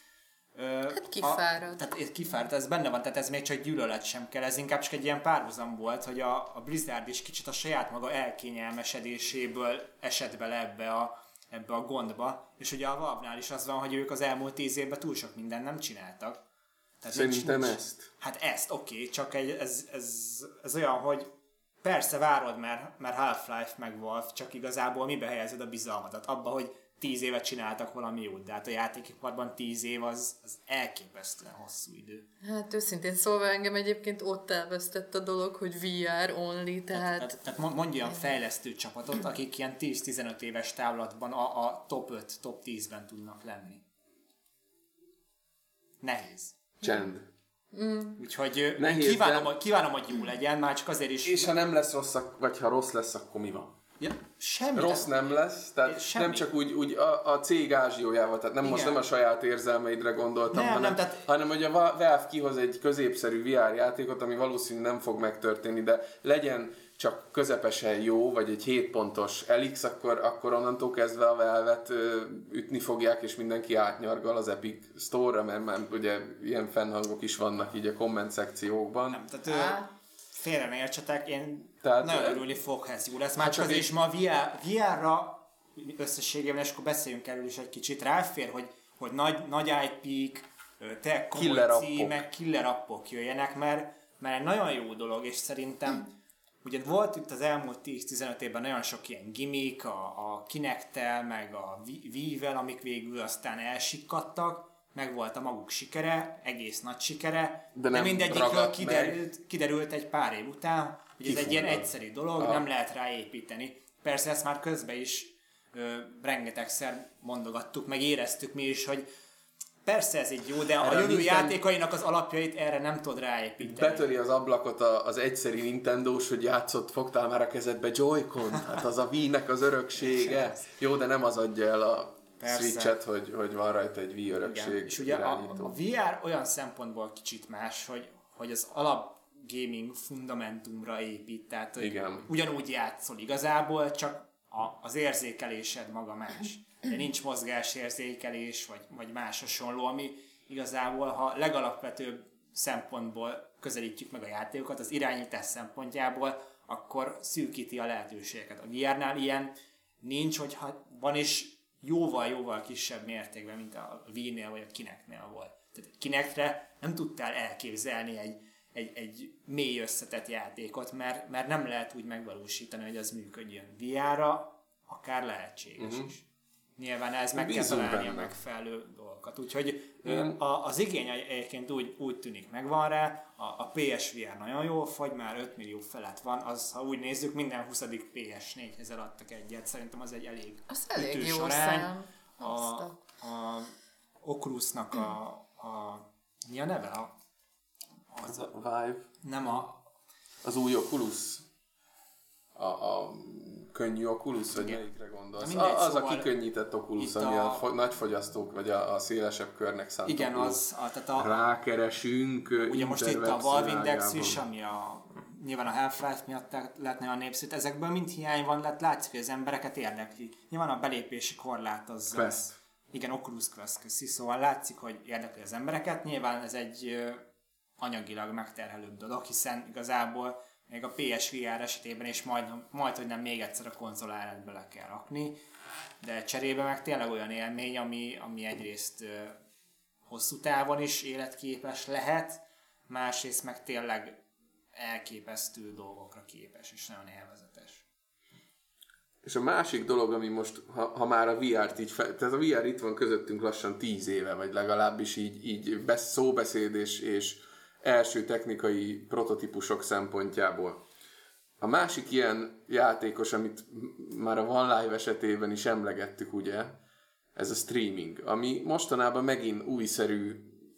Speaker 3: Hát kifáradt.
Speaker 2: Tehát kifáradt, ez benne van, tehát ez még csak gyűlölet sem kell, ez inkább csak egy ilyen párhuzam volt, hogy a Blizzard is kicsit a saját maga elkényelmesedéséből esett bele ebbe a gondba, és ugye a Valve-nál is az van, hogy ők az elmúlt 10 évben túl sok mindent nem csináltak. Tehát
Speaker 1: szerintem ezt.
Speaker 2: Hát ezt, oké, csak ez olyan, hogy persze várod, mert Half-Life meg Valve, csak igazából mibe helyezed a bizalmadat? Abba, hogy 10 évet csináltak valami jót, de hát a játékiparban 10 év az elképesztően hosszú idő.
Speaker 3: Hát őszintén szólva engem egyébként ott elvesztett a dolog, hogy VR only, tehát...
Speaker 2: Tehát mondj olyan fejlesztő csapatot, akik ilyen 10-15 éves távlatban a top 5, top 10-ben tudnak lenni. Nehéz.
Speaker 1: Csend.
Speaker 2: Úgyhogy
Speaker 1: nehéz,
Speaker 2: kívánom, hogy jó legyen, már csak azért is...
Speaker 1: És ha nem lesz rossz, vagy ha rossz lesz, akkor mi van?
Speaker 2: Ja, semmi.
Speaker 1: Rossz nem lesz, tehát semmi. Nem csak úgy a cég ázsiójával, tehát most nem a saját érzelmeidre gondoltam, hanem hogy a Valve kihoz egy középszerű VR játékot, ami valószínűleg nem fog megtörténni, de legyen csak közepesen jó, vagy egy 7 pontos Elix, akkor onnantól kezdve a Valve-et ütni fogják, és mindenki átnyargal az Epic Store-ra, mert már ugye ilyen fennhangok is vannak így a komment szekciókban.
Speaker 2: Nem, tehát félre ne értsetek, én nagyon örülni fog, ha ez jó lesz. Már csak azért is ma a VR-ra összességében, és akkor beszéljünk erről is egy kicsit, ráfér, hogy nagy IP-k, meg killer appok jöjjenek, mert egy nagyon jó dolog, és szerintem ugye volt itt az elmúlt 10-15 évben nagyon sok ilyen gimmick, a Kinect-tel, meg a Wii-vel, amik végül aztán elsikkadtak, meg volt a maguk sikere, egész nagy sikere, de mindegyikről kiderült egy pár év után, hogy ez egy ilyen egyszerű dolog, nem lehet ráépíteni. Persze ezt már közben is rengetegszer mondogattuk, meg éreztük mi is, hogy persze ez egy jó, de a jövő játékainak az alapjait erre nem tud ráépíteni.
Speaker 1: Betöri az ablakot az egyszerű Nintendós, hogy fogtál már a kezedbe Joy-Con, hát az a Wii-nek az öröksége. Jó, de nem az adja el a Switch-et, hogy van rajta egy Wii örökség. Igen.
Speaker 2: És ugye a VR olyan szempontból kicsit más, hogy az alap gaming fundamentumra épít, tehát hogy ugyanúgy játszol igazából, csak az érzékelésed maga más. De nincs mozgásérzékelés, vagy más hasonló, ami igazából, ha legalapvetőbb szempontból közelítjük meg a játékokat, az irányítás szempontjából, akkor szűkíti a lehetőségeket. A VR-nál ilyen nincs, hogyha van is jóval kisebb mértékben, mint a Wii-nél vagy a Kinect-nél volt. Tehát a Kinectre nem tudtál elképzelni egy mély összetett játékot, mert nem lehet úgy megvalósítani, hogy az működjön. VR-ra akár lehetséges is. Nyilván ez meg kell találni a megfelelő dolgokat. Úgyhogy az igény egyébként úgy tűnik megvan rá, a PSVR nagyon jól fogy, már 5 millió felett van, az, ha úgy nézzük, minden 20. PS4-hez eladtak egyet, szerintem az egy elég
Speaker 3: jó
Speaker 2: arány. A Oculusnak mi a neve?
Speaker 1: Az a Vive.
Speaker 2: Nem
Speaker 1: az új Oculus. a könnyű Oculus, vagy melyikre gondolsz?
Speaker 2: Mindegy,
Speaker 1: az
Speaker 2: szóval
Speaker 1: a kikönnyített Oculus, ami a nagy fogyasztók, vagy a szélesebb körnek szánt
Speaker 2: igen,
Speaker 1: Oculus.
Speaker 2: tehát
Speaker 1: rákeresünk
Speaker 2: ugye most itt a Valve Index is, ami nyilván a Half-Life miatt lett nagyon népszerű, ezekből mind hiány van, látszik, hogy az embereket érdekli. Nyilván a belépési korlát az...
Speaker 1: Quest.
Speaker 2: Igen, Oculus Quest köszi, szóval látszik, hogy érdekli az embereket. Nyilván ez egy anyagilag megterhelőbb dolog, hiszen igazából még a PSVR esetében is majd hogy nem még egyszer a konzol árát bele kell rakni, de cserébe meg tényleg olyan élmény, ami egyrészt hosszú távon is életképes lehet, másrészt meg tényleg elképesztő dolgokra képes, és nagyon élvezetes.
Speaker 1: És a másik dolog, ami most, ha már a VR-t így tehát a VR itt van közöttünk lassan 10 éve, vagy legalábbis így szóbeszéd és első technikai prototípusok szempontjából. A másik ilyen játékos, amit már a One Live esetében is emlegettük, ugye, ez a streaming, ami mostanában megint újszerű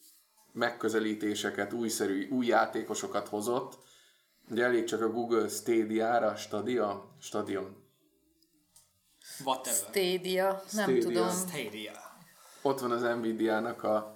Speaker 1: megközelítéseket, új játékosokat hozott. Ugye elég csak a Google Stadia-ra, Stadion.
Speaker 2: Whatever.
Speaker 3: Stadia, nem tudom.
Speaker 2: Stadia.
Speaker 1: Ott van az Nvidia-nak a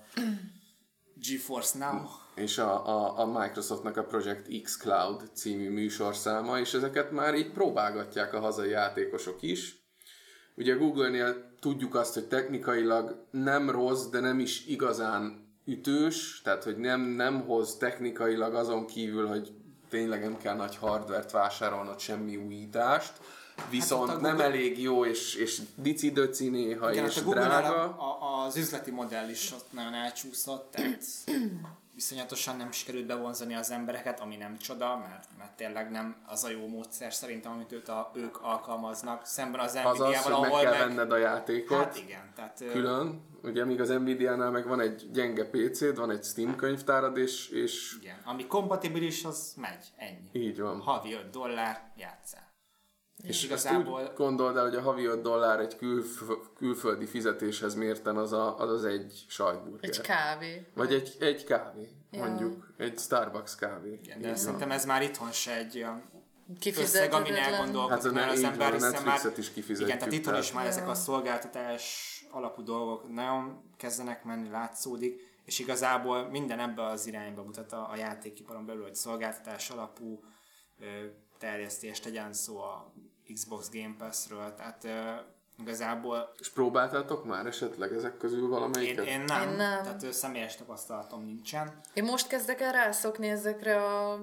Speaker 2: GeForce Now.
Speaker 1: És a Microsoftnak a Project X Cloud című műsorszáma, és ezeket már így próbálgatják a hazai játékosok is. Ugye a Google-nél tudjuk azt, hogy technikailag nem rossz, de nem is igazán ütős, tehát hogy nem hoz technikailag azon kívül, hogy tényleg nem kell nagy hardvert vásárolnod, semmi újítást, viszont hát nem elég jó, és dici-döci néha, igen, és drága.
Speaker 2: Az üzleti modell is ott nagyon elcsúszott, tehát viszonyatosan nem sikerült bevonzani az embereket, ami nem csoda, mert tényleg nem az a jó módszer szerintem, amit ők alkalmaznak, szemben az Nvidia-val,
Speaker 1: ahol meg kell venned a játékot.
Speaker 2: Hát igen, tehát
Speaker 1: külön, ugye míg az Nvidia-nál meg van egy gyenge PC-d, van egy Steam könyvtárad, és
Speaker 2: igen, ami kompatibilis, az megy, ennyi.
Speaker 1: Így van.
Speaker 2: Havi $5 játsszál.
Speaker 1: És igazából úgy gondold el, hogy a havi $5 egy külföldi fizetéshez mérten az egy sajtburger.
Speaker 3: Egy kávé.
Speaker 1: Vagy egy kávé, mondjuk. Egy Starbucks kávé.
Speaker 2: Igen, de szerintem ez már itthon se egy olyan összeg, amin elgondolkodik, mert az ember hiszen már...
Speaker 1: is kifizetjük.
Speaker 2: Igen, tehát itthon is már ezek a szolgáltatás alapú dolgok nagyon kezdenek menni, látszódik, és igazából minden ebbe az irányba mutat a játékiparon belül, hogy szolgáltatás alapú terjesztést tegyen szó a Xbox Game Pass-ről, tehát igazából... És
Speaker 1: próbáltátok már esetleg ezek közül valamelyiket?
Speaker 2: Én nem, tehát személyes tapasztalatom nincsen.
Speaker 3: Én most kezdek el rászokni ezekre a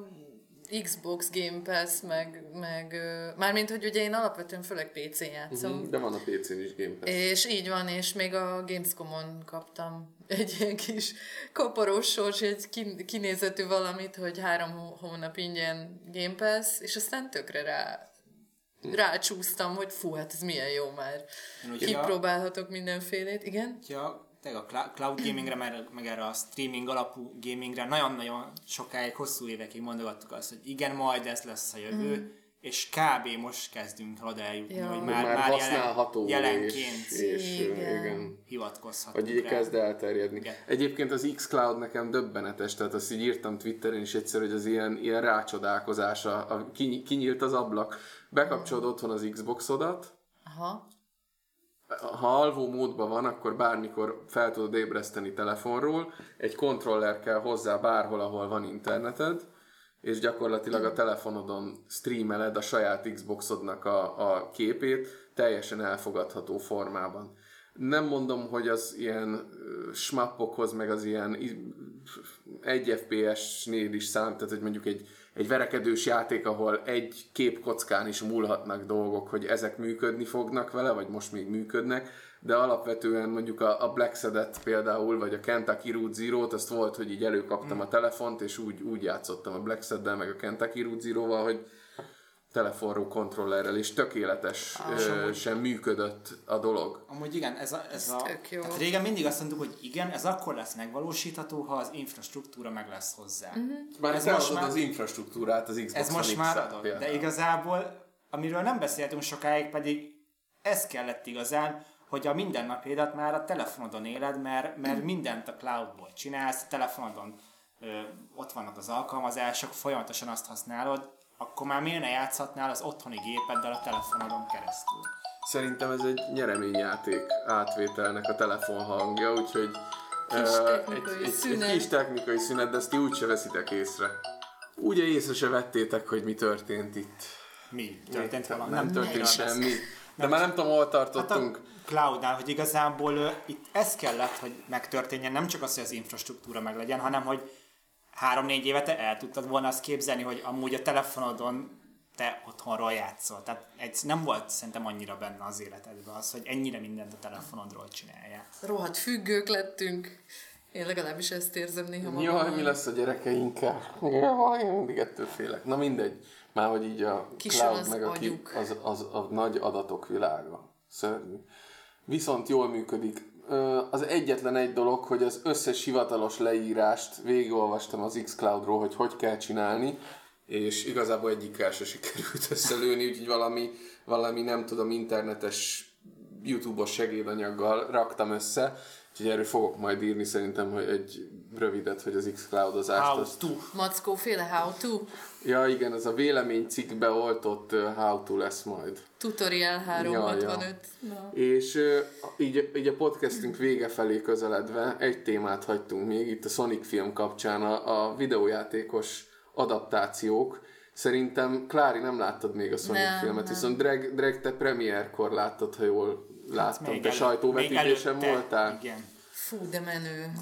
Speaker 3: Xbox Game Pass, meg mármint, hogy ugye én alapvetően főleg PC-n játszom.
Speaker 1: De van a PC-n is Game Pass.
Speaker 3: És így van, és még a Gamescom-on kaptam egy ilyen kis koporós sors, egy kinézetű valamit, hogy 3 hónap ingyen Game Pass, és aztán tökre rácsúsztam, hogy fú, hát ez milyen jó már. Kipróbálhatok mindenfélét, igen?
Speaker 2: Ja, a cloud gamingre, meg erre a streaming alapú gamingre nagyon-nagyon sokáig, hosszú évekig mondogattuk azt, hogy igen, majd ez lesz a jövő, és kb. Most kezdünk oda eljutni, hogy már
Speaker 1: használható
Speaker 2: jelenként
Speaker 1: és igen.
Speaker 2: hivatkozhatunk
Speaker 1: hogy így kezd elterjedni.
Speaker 2: Igen.
Speaker 1: Egyébként az Xcloud nekem döbbenetes, tehát azt így írtam Twitteren is egyszer, hogy az ilyen rácsodálkozás, kinyílt az ablak, bekapcsolod otthon az Xboxodat,
Speaker 3: aha.
Speaker 1: Ha alvó módban van, akkor bármikor fel tudod ébreszteni telefonról, egy kontroller kell hozzá bárhol, ahol van interneted, és gyakorlatilag a telefonodon streameled a saját Xboxodnak a képét teljesen elfogadható formában. Nem mondom, hogy az ilyen smappokhoz, meg az ilyen 1 FPS-nél is számít, tehát hogy mondjuk egy verekedős játék, ahol egy képkockán is múlhatnak dolgok, hogy ezek működni fognak vele, vagy most még működnek, de alapvetően mondjuk a Black Sabbath például, vagy a Kentucky Route Zero-t, azt volt, hogy így előkaptam a telefont, és úgy játszottam a Black Sabbath-del, meg a Kentucky Route Zero-val, hogy telefonról, kontrollerrel, és tökéletesen működött a dolog.
Speaker 2: Amúgy igen, ez tök jó. Hát régen mindig azt mondtuk, hogy igen, ez akkor lesz megvalósítható, ha az infrastruktúra meg lesz hozzá.
Speaker 1: Már ez most már az infrastruktúrát az Xbox
Speaker 2: ez most már adott, de igazából, amiről nem beszéltünk sokáig, pedig ez kellett igazán, hogy a mindennapjaidat már a telefonodon éled, mert mindent a cloudból csinálsz, a telefonodon ott vannak az alkalmazások, folyamatosan azt használod, akkor már miért ne játszhatnál az otthoni gépeddel a telefonodon keresztül?
Speaker 1: Szerintem ez egy nyereményjáték átvételnek a telefonhangja, úgyhogy egy kis technikai szünet, de ezt ti úgyse veszitek észre. Ugye észre se vettétek, hogy mi történt itt.
Speaker 2: Mi? Történt valami?
Speaker 1: Nem történt semmi. De már nem tudom, hol tartottunk.
Speaker 2: Hát a cloudnál, hogy igazából itt ez kellett, hogy megtörténjen, nem csak az, hogy az infrastruktúra meg legyen, hanem hogy 3-4 éve te el tudtad volna azt képzelni, hogy amúgy a telefonodon te otthonról játszol. Tehát nem volt szerintem annyira benne az életedben az, hogy ennyire mindent a telefonodról csinálják.
Speaker 3: Rohadt függők lettünk. Én legalábbis ezt érzem néha magam.
Speaker 1: Jaj, mi lesz a gyerekeinkkel? Jaj, én mindig ettől félek. Na mindegy. Már hogy így a cloud meg a nagy adatok világa. Szörnyű. Viszont jól működik. Az egyetlen egy dolog, hogy az összes hivatalos leírást végigolvastam az xCloudról, hogy kell csinálni, és igazából egyikkel se sikerült összelőni, úgyhogy valami nem tudom, internetes, YouTube-os segédanyaggal raktam össze, úgyhogy erről fogok majd írni szerintem, hogy egy rövidet, hogy az xCloud-ozást.
Speaker 2: How to.
Speaker 3: Mackóféle how to.
Speaker 1: Ja igen, az a véleménycikkbe oltott how to lesz majd.
Speaker 3: Tutorial 365.
Speaker 1: Ja. És így a podcastünk vége felé közeledve egy témát hagytunk még, itt a Sonic film kapcsán a videójátékos adaptációk. Szerintem, Klári, nem láttad még a Sonic filmet, viszont Dreg, te premierkor láttad, ha jól láttam. Te sajtóvetítésen voltál?
Speaker 2: Igen.
Speaker 3: Fú, de menő.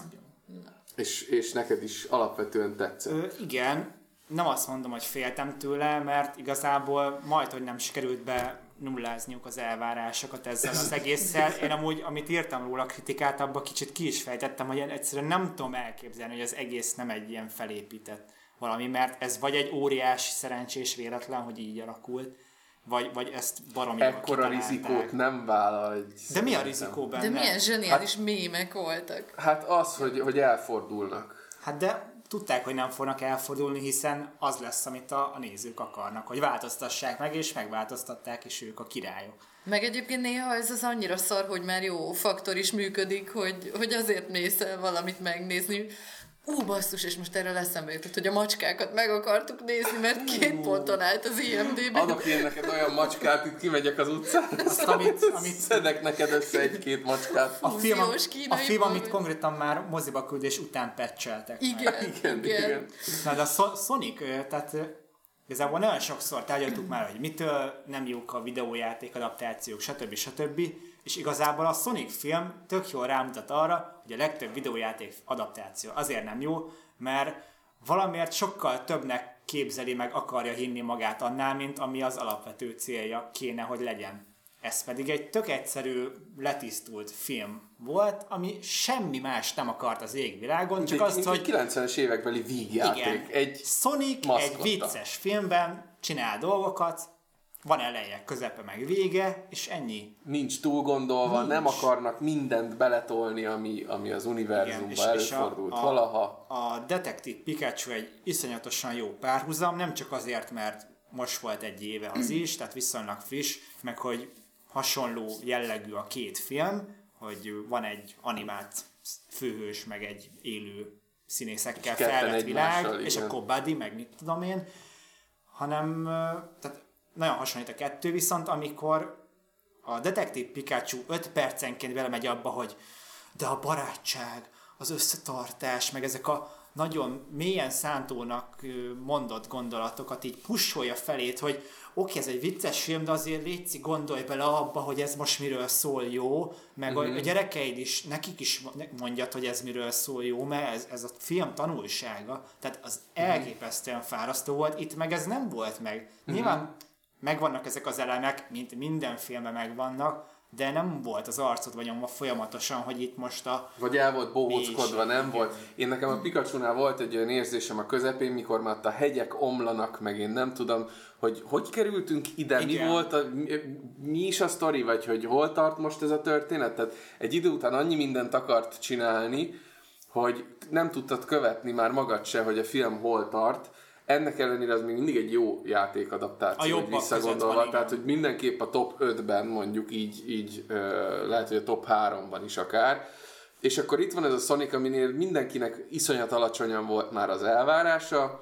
Speaker 1: És neked is alapvetően tetszett.
Speaker 2: Igen, nem azt mondom, hogy féltem tőle, mert igazából majdhogy nem sikerült be nullázniuk az elvárásokat ezzel az egésszel. Én amúgy, amit írtam róla kritikát, abban kicsit ki is fejtettem, hogy én egyszerűen nem tudom elképzelni, hogy az egész nem egy ilyen felépített valami, mert ez vagy egy óriási szerencsés véletlen, hogy így alakult, vagy ezt baromival
Speaker 1: ekkora rizikót nem vállal egy...
Speaker 2: De mi a rizikó benne?
Speaker 3: De milyen zseniális mémek voltak.
Speaker 1: Hát az, hogy elfordulnak.
Speaker 2: Hát de tudták, hogy nem fognak elfordulni, hiszen az lesz, amit a nézők akarnak, hogy változtassák meg, és megváltoztatták, és ők a királyok.
Speaker 3: Meg egyébként néha ez az annyira szar, hogy már jó faktor is működik, hogy azért mész el valamit megnézni. Basszus, és most erről eszembe jutott, hogy a macskákat meg akartuk nézni, mert 2 ponton állt az IMDb-ben.
Speaker 1: Adok én neked olyan macskát, itt kimegyek az utcára, amit szedek neked össze 1-2 macskát.
Speaker 2: A film, amit konkrétan már moziba küldés után patcheltek.
Speaker 3: Igen.
Speaker 2: Na, de a Sonic, tehát igazából nagyon sokszor tárgyaltuk már, hogy mitől nem jók a videójáték adaptációk, stb. És igazából a Sonic film tök jól rámutat arra, hogy a legtöbb videójáték adaptáció azért nem jó, mert valamiért sokkal többnek képzeli meg, akarja hinni magát annál, mint ami az alapvető célja kéne, hogy legyen. Ez pedig egy tök egyszerű, letisztult film volt, ami semmi más nem akart az égvilágon, csak azt, hogy...
Speaker 1: 90-es évekbeli vígjáték.
Speaker 2: Igen,
Speaker 1: egy
Speaker 2: Sonic egy vicces filmben csinál dolgokat, van eleje, közepe meg vége, és ennyi.
Speaker 1: Nincs túl gondolva, nem akarnak mindent beletolni, ami az univerzumban előfordult valaha.
Speaker 2: A Detective Pikachu egy iszonyatosan jó párhuzam, nem csak azért, mert most volt 1 éve az is, tehát viszonylag friss, meg hogy hasonló jellegű a 2 film, hogy van egy animált főhős, meg egy élő színészekkel felvett világ, és akkor buddy, meg mit tudom én, hanem tehát nagyon hasonlít a 2, viszont amikor a Detective Pikachu 5 percenként belemegy abba, hogy de a barátság, az összetartás, meg ezek a nagyon mélyen szántónak mondott gondolatokat így pusolja felét, hogy oké, ez egy vicces film, de azért létszik, gondolj bele abba, hogy ez most miről szól, jó, meg a gyerekeid is, nekik is mondjad, hogy ez miről szól, jó, mert ez a film tanulsága, tehát az elképesztően fárasztó volt, itt meg ez nem volt meg. Nyilván megvannak ezek az elemek, mint minden filmben megvannak, de nem volt az arcod vagy nyomva folyamatosan, hogy itt most a...
Speaker 1: Vagy el volt bohóckodva, nem volt. Én nekem a Pikachu-nál volt egy olyan érzésem a közepén, mikor már a hegyek omlanak, meg én nem tudom, hogy kerültünk ide, mi is a sztori, vagy hogy hol tart most ez a történet. Tehát egy idő után annyi mindent akart csinálni, hogy nem tudtad követni már magad se, hogy a film hol tart. Ennek ellenére az még mindig egy jó játékadaptáció, hogy visszagondolva, tehát hogy mindenképp a top 5-ben mondjuk így lehet, hogy a top 3-ban is akár. És akkor itt van ez a Sonic, aminél mindenkinek iszonyat alacsonyan volt már az elvárása,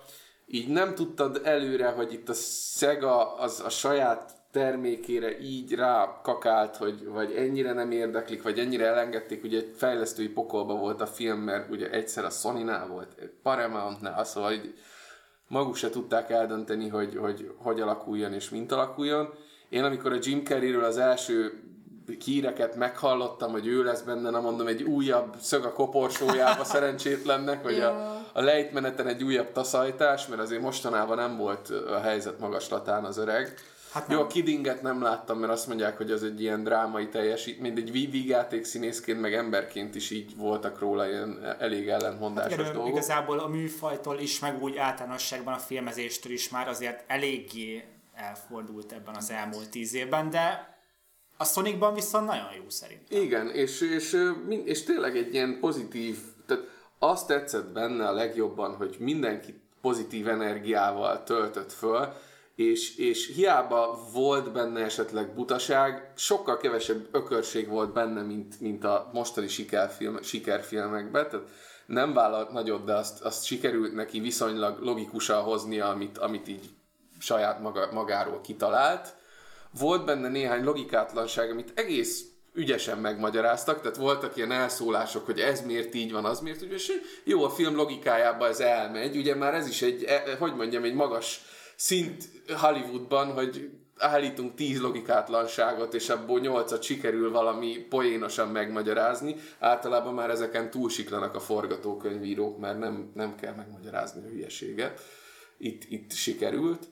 Speaker 1: így nem tudtad előre, hogy itt a Sega az a saját termékére így rákakált, vagy ennyire nem érdeklik, vagy ennyire elengedték, ugye egy fejlesztői pokolba volt a film, mert ugye egyszer a Sony-nál volt, Paramountnál, szóval így maguk se tudták eldönteni, hogy alakuljon és mint alakuljon. Én amikor a Jim Carreyről az első híreket meghallottam, hogy ő lesz benne, na mondom, egy újabb szög a koporsójába szerencsétlennek, vagy a lejtmeneten egy újabb taszajtás, mert azért mostanában nem volt a helyzet magaslatán az öreg. Hát jó, a Kiddinget nem láttam, mert azt mondják, hogy az egy ilyen drámai teljesítmény, egy vígjáték színészként, meg emberként is így voltak róla ilyen elég ellentmondásos dolgok.
Speaker 2: Igazából a műfajtól is, meg úgy általánosságban a filmezéstől is már azért eléggé elfordult ebben az elmúlt 10 évben, de a Sonicban viszont nagyon jó szerintem.
Speaker 1: Igen, és tényleg egy ilyen pozitív, tehát azt tetszett benne a legjobban, hogy mindenki pozitív energiával töltött föl, és hiába volt benne esetleg butaság, sokkal kevesebb ökörség volt benne, mint a mostani sikerfilmekben, tehát nem vállalt nagyot, de azt sikerült neki viszonylag logikusan hoznia, amit így saját magáról kitalált. Volt benne néhány logikátlanság, amit egész ügyesen megmagyaráztak, tehát voltak ilyen elszólások, hogy ez miért így van, az miért úgy, és jó, a film logikájába ez elmegy, ugye már ez is egy magas szint Hollywoodban, hogy állítunk 10 logikátlanságot, és abból 8-at sikerül valami poénosan megmagyarázni. Általában már ezeken túlsiklanak a forgatókönyvírók, mert nem kell megmagyarázni a hülyeséget. Itt sikerült,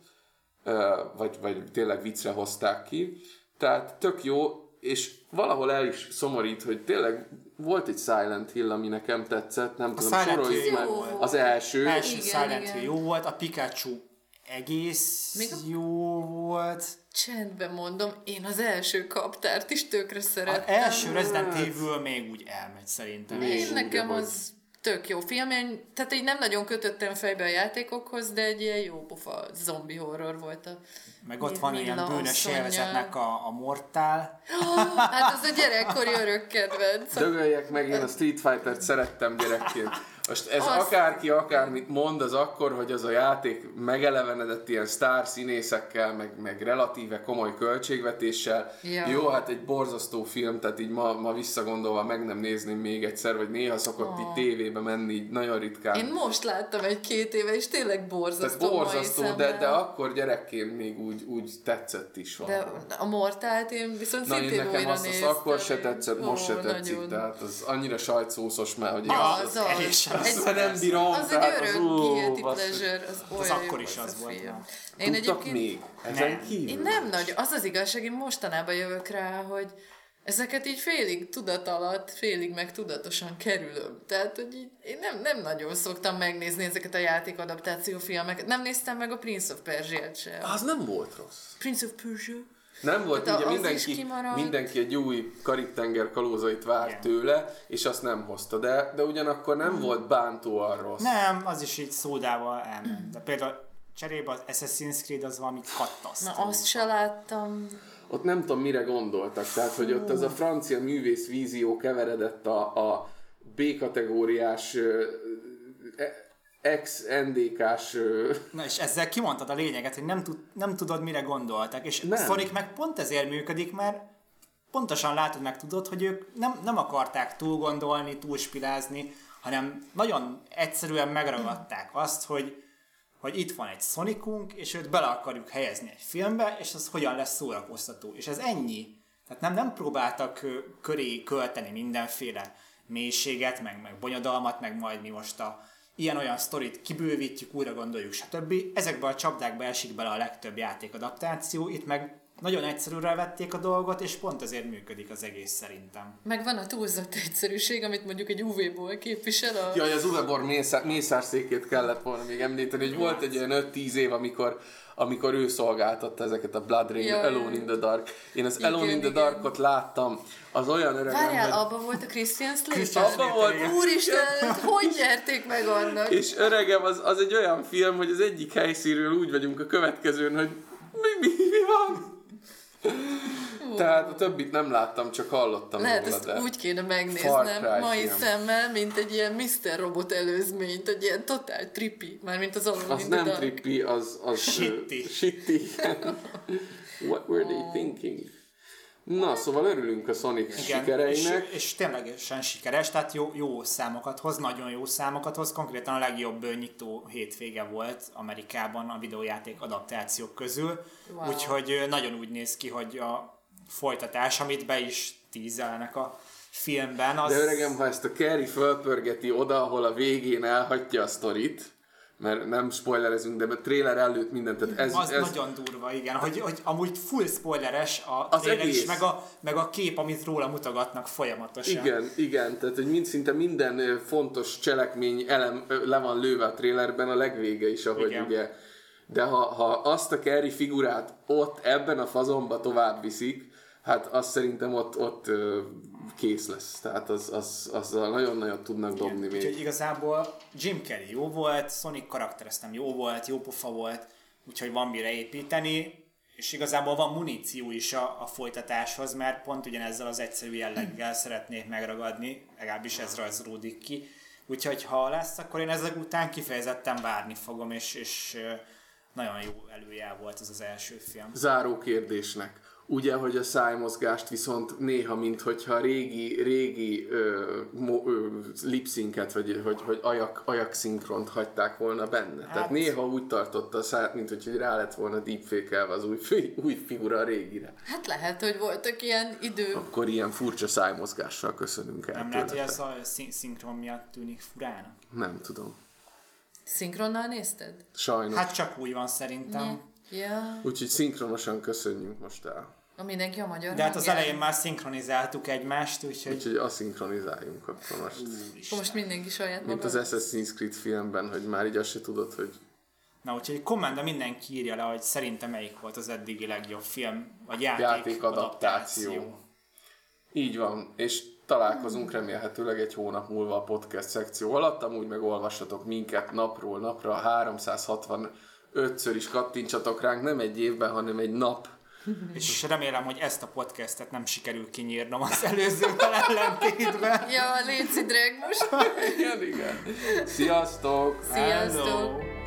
Speaker 1: vagy tényleg viccre hozták ki. Tehát tök jó, és valahol el is szomorít, hogy tényleg volt egy Silent Hill, ami nekem tetszett, nem tudom, soroljuk már az első.
Speaker 2: Első Silent Hill jó volt, a Pikachu egész jó volt.
Speaker 3: Csendben mondom, én az első kaptárt is tökre szerettem.
Speaker 2: Az első Resident Evil még úgy elmegy szerintem.
Speaker 3: Én nekem az tök jó film, tehát így nem nagyon kötöttem fejbe a játékokhoz, de egy ilyen jó pofa zombi horror volt a
Speaker 2: meg ott van ilyen bűnös élvezetnek a Mortal.
Speaker 3: Hát az a gyerekkori örök kedvenc.
Speaker 1: Dögöljek meg, én a Street Fighter-t szerettem gyerekként. Most ez akárki akármit mond, az akkor, hogy az a játék megelevenedett ilyen sztár színészekkel, meg relatíve komoly költségvetéssel. Ja. Jó, hát egy borzasztó film, tehát így ma visszagondolva meg nem nézném még egyszer, vagy néha szokott így tévébe menni, így nagyon ritkán.
Speaker 3: Én most láttam 1-2 éve, és tényleg borzasztó.
Speaker 1: Tehát borzasztó, de akkor gyerekként még úgy tetszett is van.
Speaker 3: De a Mortalt én viszont szintén újra
Speaker 1: azt akkor se tetszett, most se tetszik, nagyon. Tehát az annyira sajtszószos már, hogy azt nem bírom.
Speaker 3: Az egy örök guilty pleasure,
Speaker 2: az akkor is az volt.
Speaker 1: Én egyébként még ezen kívül?
Speaker 3: Én nem nagy, az az igazság, én mostanában jövök rá, hogy ezeket így félig tudat alatt, félig meg tudatosan kerülöm. Tehát, hogy így, én nem nagyon szoktam megnézni ezeket a játékadaptáció filmeket. Nem néztem meg a Prince of Persia-t sem.
Speaker 1: Az nem volt rossz.
Speaker 3: Prince of Persia?
Speaker 1: Nem volt, hát ugye mindenki egy új Karib-tenger kalózait várt tőle, és azt nem hozta, de ugyanakkor nem volt bántóan rossz.
Speaker 2: Nem, az is így szódával elment. De például cserébe az Assassin's Creed az valami katasztrófa.
Speaker 3: Na azt se láttam.
Speaker 1: Ott nem tudom, mire gondoltak, tehát hogy ott az a francia művész vízió keveredett a B-kategóriás ex-NDK-s...
Speaker 2: Na és ezzel kimondtad a lényeget, hogy nem tudod, mire gondoltak. És a Sonic meg pont ezért működik, mert pontosan látod, meg tudod, hogy ők nem akarták túl gondolni, túl spirázni, hanem nagyon egyszerűen megragadták azt, hogy itt van egy Sonicunk, és őt bele akarjuk helyezni egy filmbe, és az hogyan lesz szórakoztató. És ez ennyi. Tehát nem próbáltak köré költeni mindenféle mélységet, meg bonyodalmat, meg majd mi most ilyen-olyan sztorit kibővítjük, újra gondoljuk, stb. Ezekben a csapdákba esik bele a legtöbb játékadaptáció, itt meg nagyon egyszerűre vették a dolgot, és pont ezért működik az egész szerintem.
Speaker 3: Meg van a túlzott egyszerűség, amit mondjuk egy UV-ból képvisel.
Speaker 1: Jaj, az Uwe-Born mészárszékét kellett volna még említeni, hogy volt egy olyan 5-10 év, amikor ő szolgáltatta ezeket a Blood Rain, Alone in the Dark. Én az Alone in the Darkot láttam, az olyan öregem,
Speaker 3: várjál, abban volt a Christian Slater? Abban volt. Úristen, hogy nyerték meg annak?
Speaker 1: És öregem, az egy olyan film, hogy az egyik helyszínről úgy vagyunk a következőn, hogy mi van? Tehát a többit nem láttam, csak hallottam
Speaker 3: Lehet
Speaker 1: róla,
Speaker 3: ezt úgy kéne megnéznem mai szemmel, mint egy ilyen Mr. Robot előzményt, egy ilyen totál trippy, mármint az Alone
Speaker 1: az
Speaker 3: in the
Speaker 1: nem
Speaker 3: Dark.
Speaker 1: trippy, az shitty. What were they thinking? Na, szóval örülünk a Sonic sikereinek.
Speaker 2: És ténylegesen sikeres, tehát jó számokat hoz, nagyon jó számokat hoz, konkrétan a legjobb nyitó hétvége volt Amerikában a videójáték adaptációk közül, úgyhogy nagyon úgy néz ki, hogy a folytatás, amit be is tízelnek a filmben. Az...
Speaker 1: De öregem, ha ezt a Carrie fölpörgeti oda, ahol a végén elhagyja a sztorit, mert nem spoilerezünk, de a trailer előtt mindent. Tehát
Speaker 2: ez nagyon durva, igen, hogy amúgy full spoileres a trailer is, meg a kép, amit róla mutogatnak folyamatosan.
Speaker 1: Igen, tehát hogy szinte minden fontos cselekmény elem le van lőve a trailerben, a legvége is, ahogy igen. Ugye. De ha azt a Carrie figurát ott ebben a fazonba tovább viszik, hát azt szerintem ott kész lesz. Tehát azzal nagyon-nagyon tudnak dobni még.
Speaker 2: Úgyhogy igazából Jim Carrey jó volt, Sonic karaktereztem jó volt, jó pofa volt, úgyhogy van mire építeni, és igazából van muníció is a folytatáshoz, mert pont ugyanezzel az egyszerű jelleggel szeretnék megragadni, legalábbis ez rajzolódik ki. Úgyhogy ha lesz, akkor én ezek után kifejezetten várni fogom, és nagyon jó előjel volt ez az első film.
Speaker 1: Záró kérdésnek. Ugye, hogy a szájmozgást viszont néha, minthogyha régi lipszinket, vagy ajak szinkront hagyták volna benne. Hát, tehát néha úgy tartotta a száját, mint hogy rá lett volna deepfake-elve az új figura a régire.
Speaker 3: Hát lehet, hogy voltak ilyen idők.
Speaker 1: Akkor ilyen furcsa szájmozgással köszönünk el.
Speaker 2: Nem lehet, hogy ez a szinkron miatt tűnik furának?
Speaker 1: Nem tudom.
Speaker 3: Szinkronnal nézted?
Speaker 1: Sajnos.
Speaker 2: Hát csak úgy van szerintem.
Speaker 3: Ja.
Speaker 1: Úgyhogy szinkronosan köszönjünk most el.
Speaker 3: Mindenki a magyar.
Speaker 2: De hát az elején már szinkronizáltuk egymást,
Speaker 1: úgyhogy aszinkronizáljunk akkor most.
Speaker 3: Most mindenki saját maga.
Speaker 1: Mint az Assassin's Creed filmben, hogy már így azt se tudod, hogy...
Speaker 2: Na, úgyhogy kommentben mindenki írja le, hogy szerintem melyik volt az eddigi legjobb film, vagy
Speaker 1: játék adaptáció. Így van, és találkozunk remélhetőleg egy hónap múlva a podcast szekció alatt, amúgy meg olvassatok minket napról napra, 365-ször is kattintsatok ránk, nem egy évben, hanem egy nap.
Speaker 2: És remélem, hogy ezt a podcastet nem sikerül kinyírnom az előzővel ellentétben.
Speaker 3: Ja, légy drag most.
Speaker 1: Igen. Sziasztok!
Speaker 3: Sziasztok!
Speaker 2: Hello.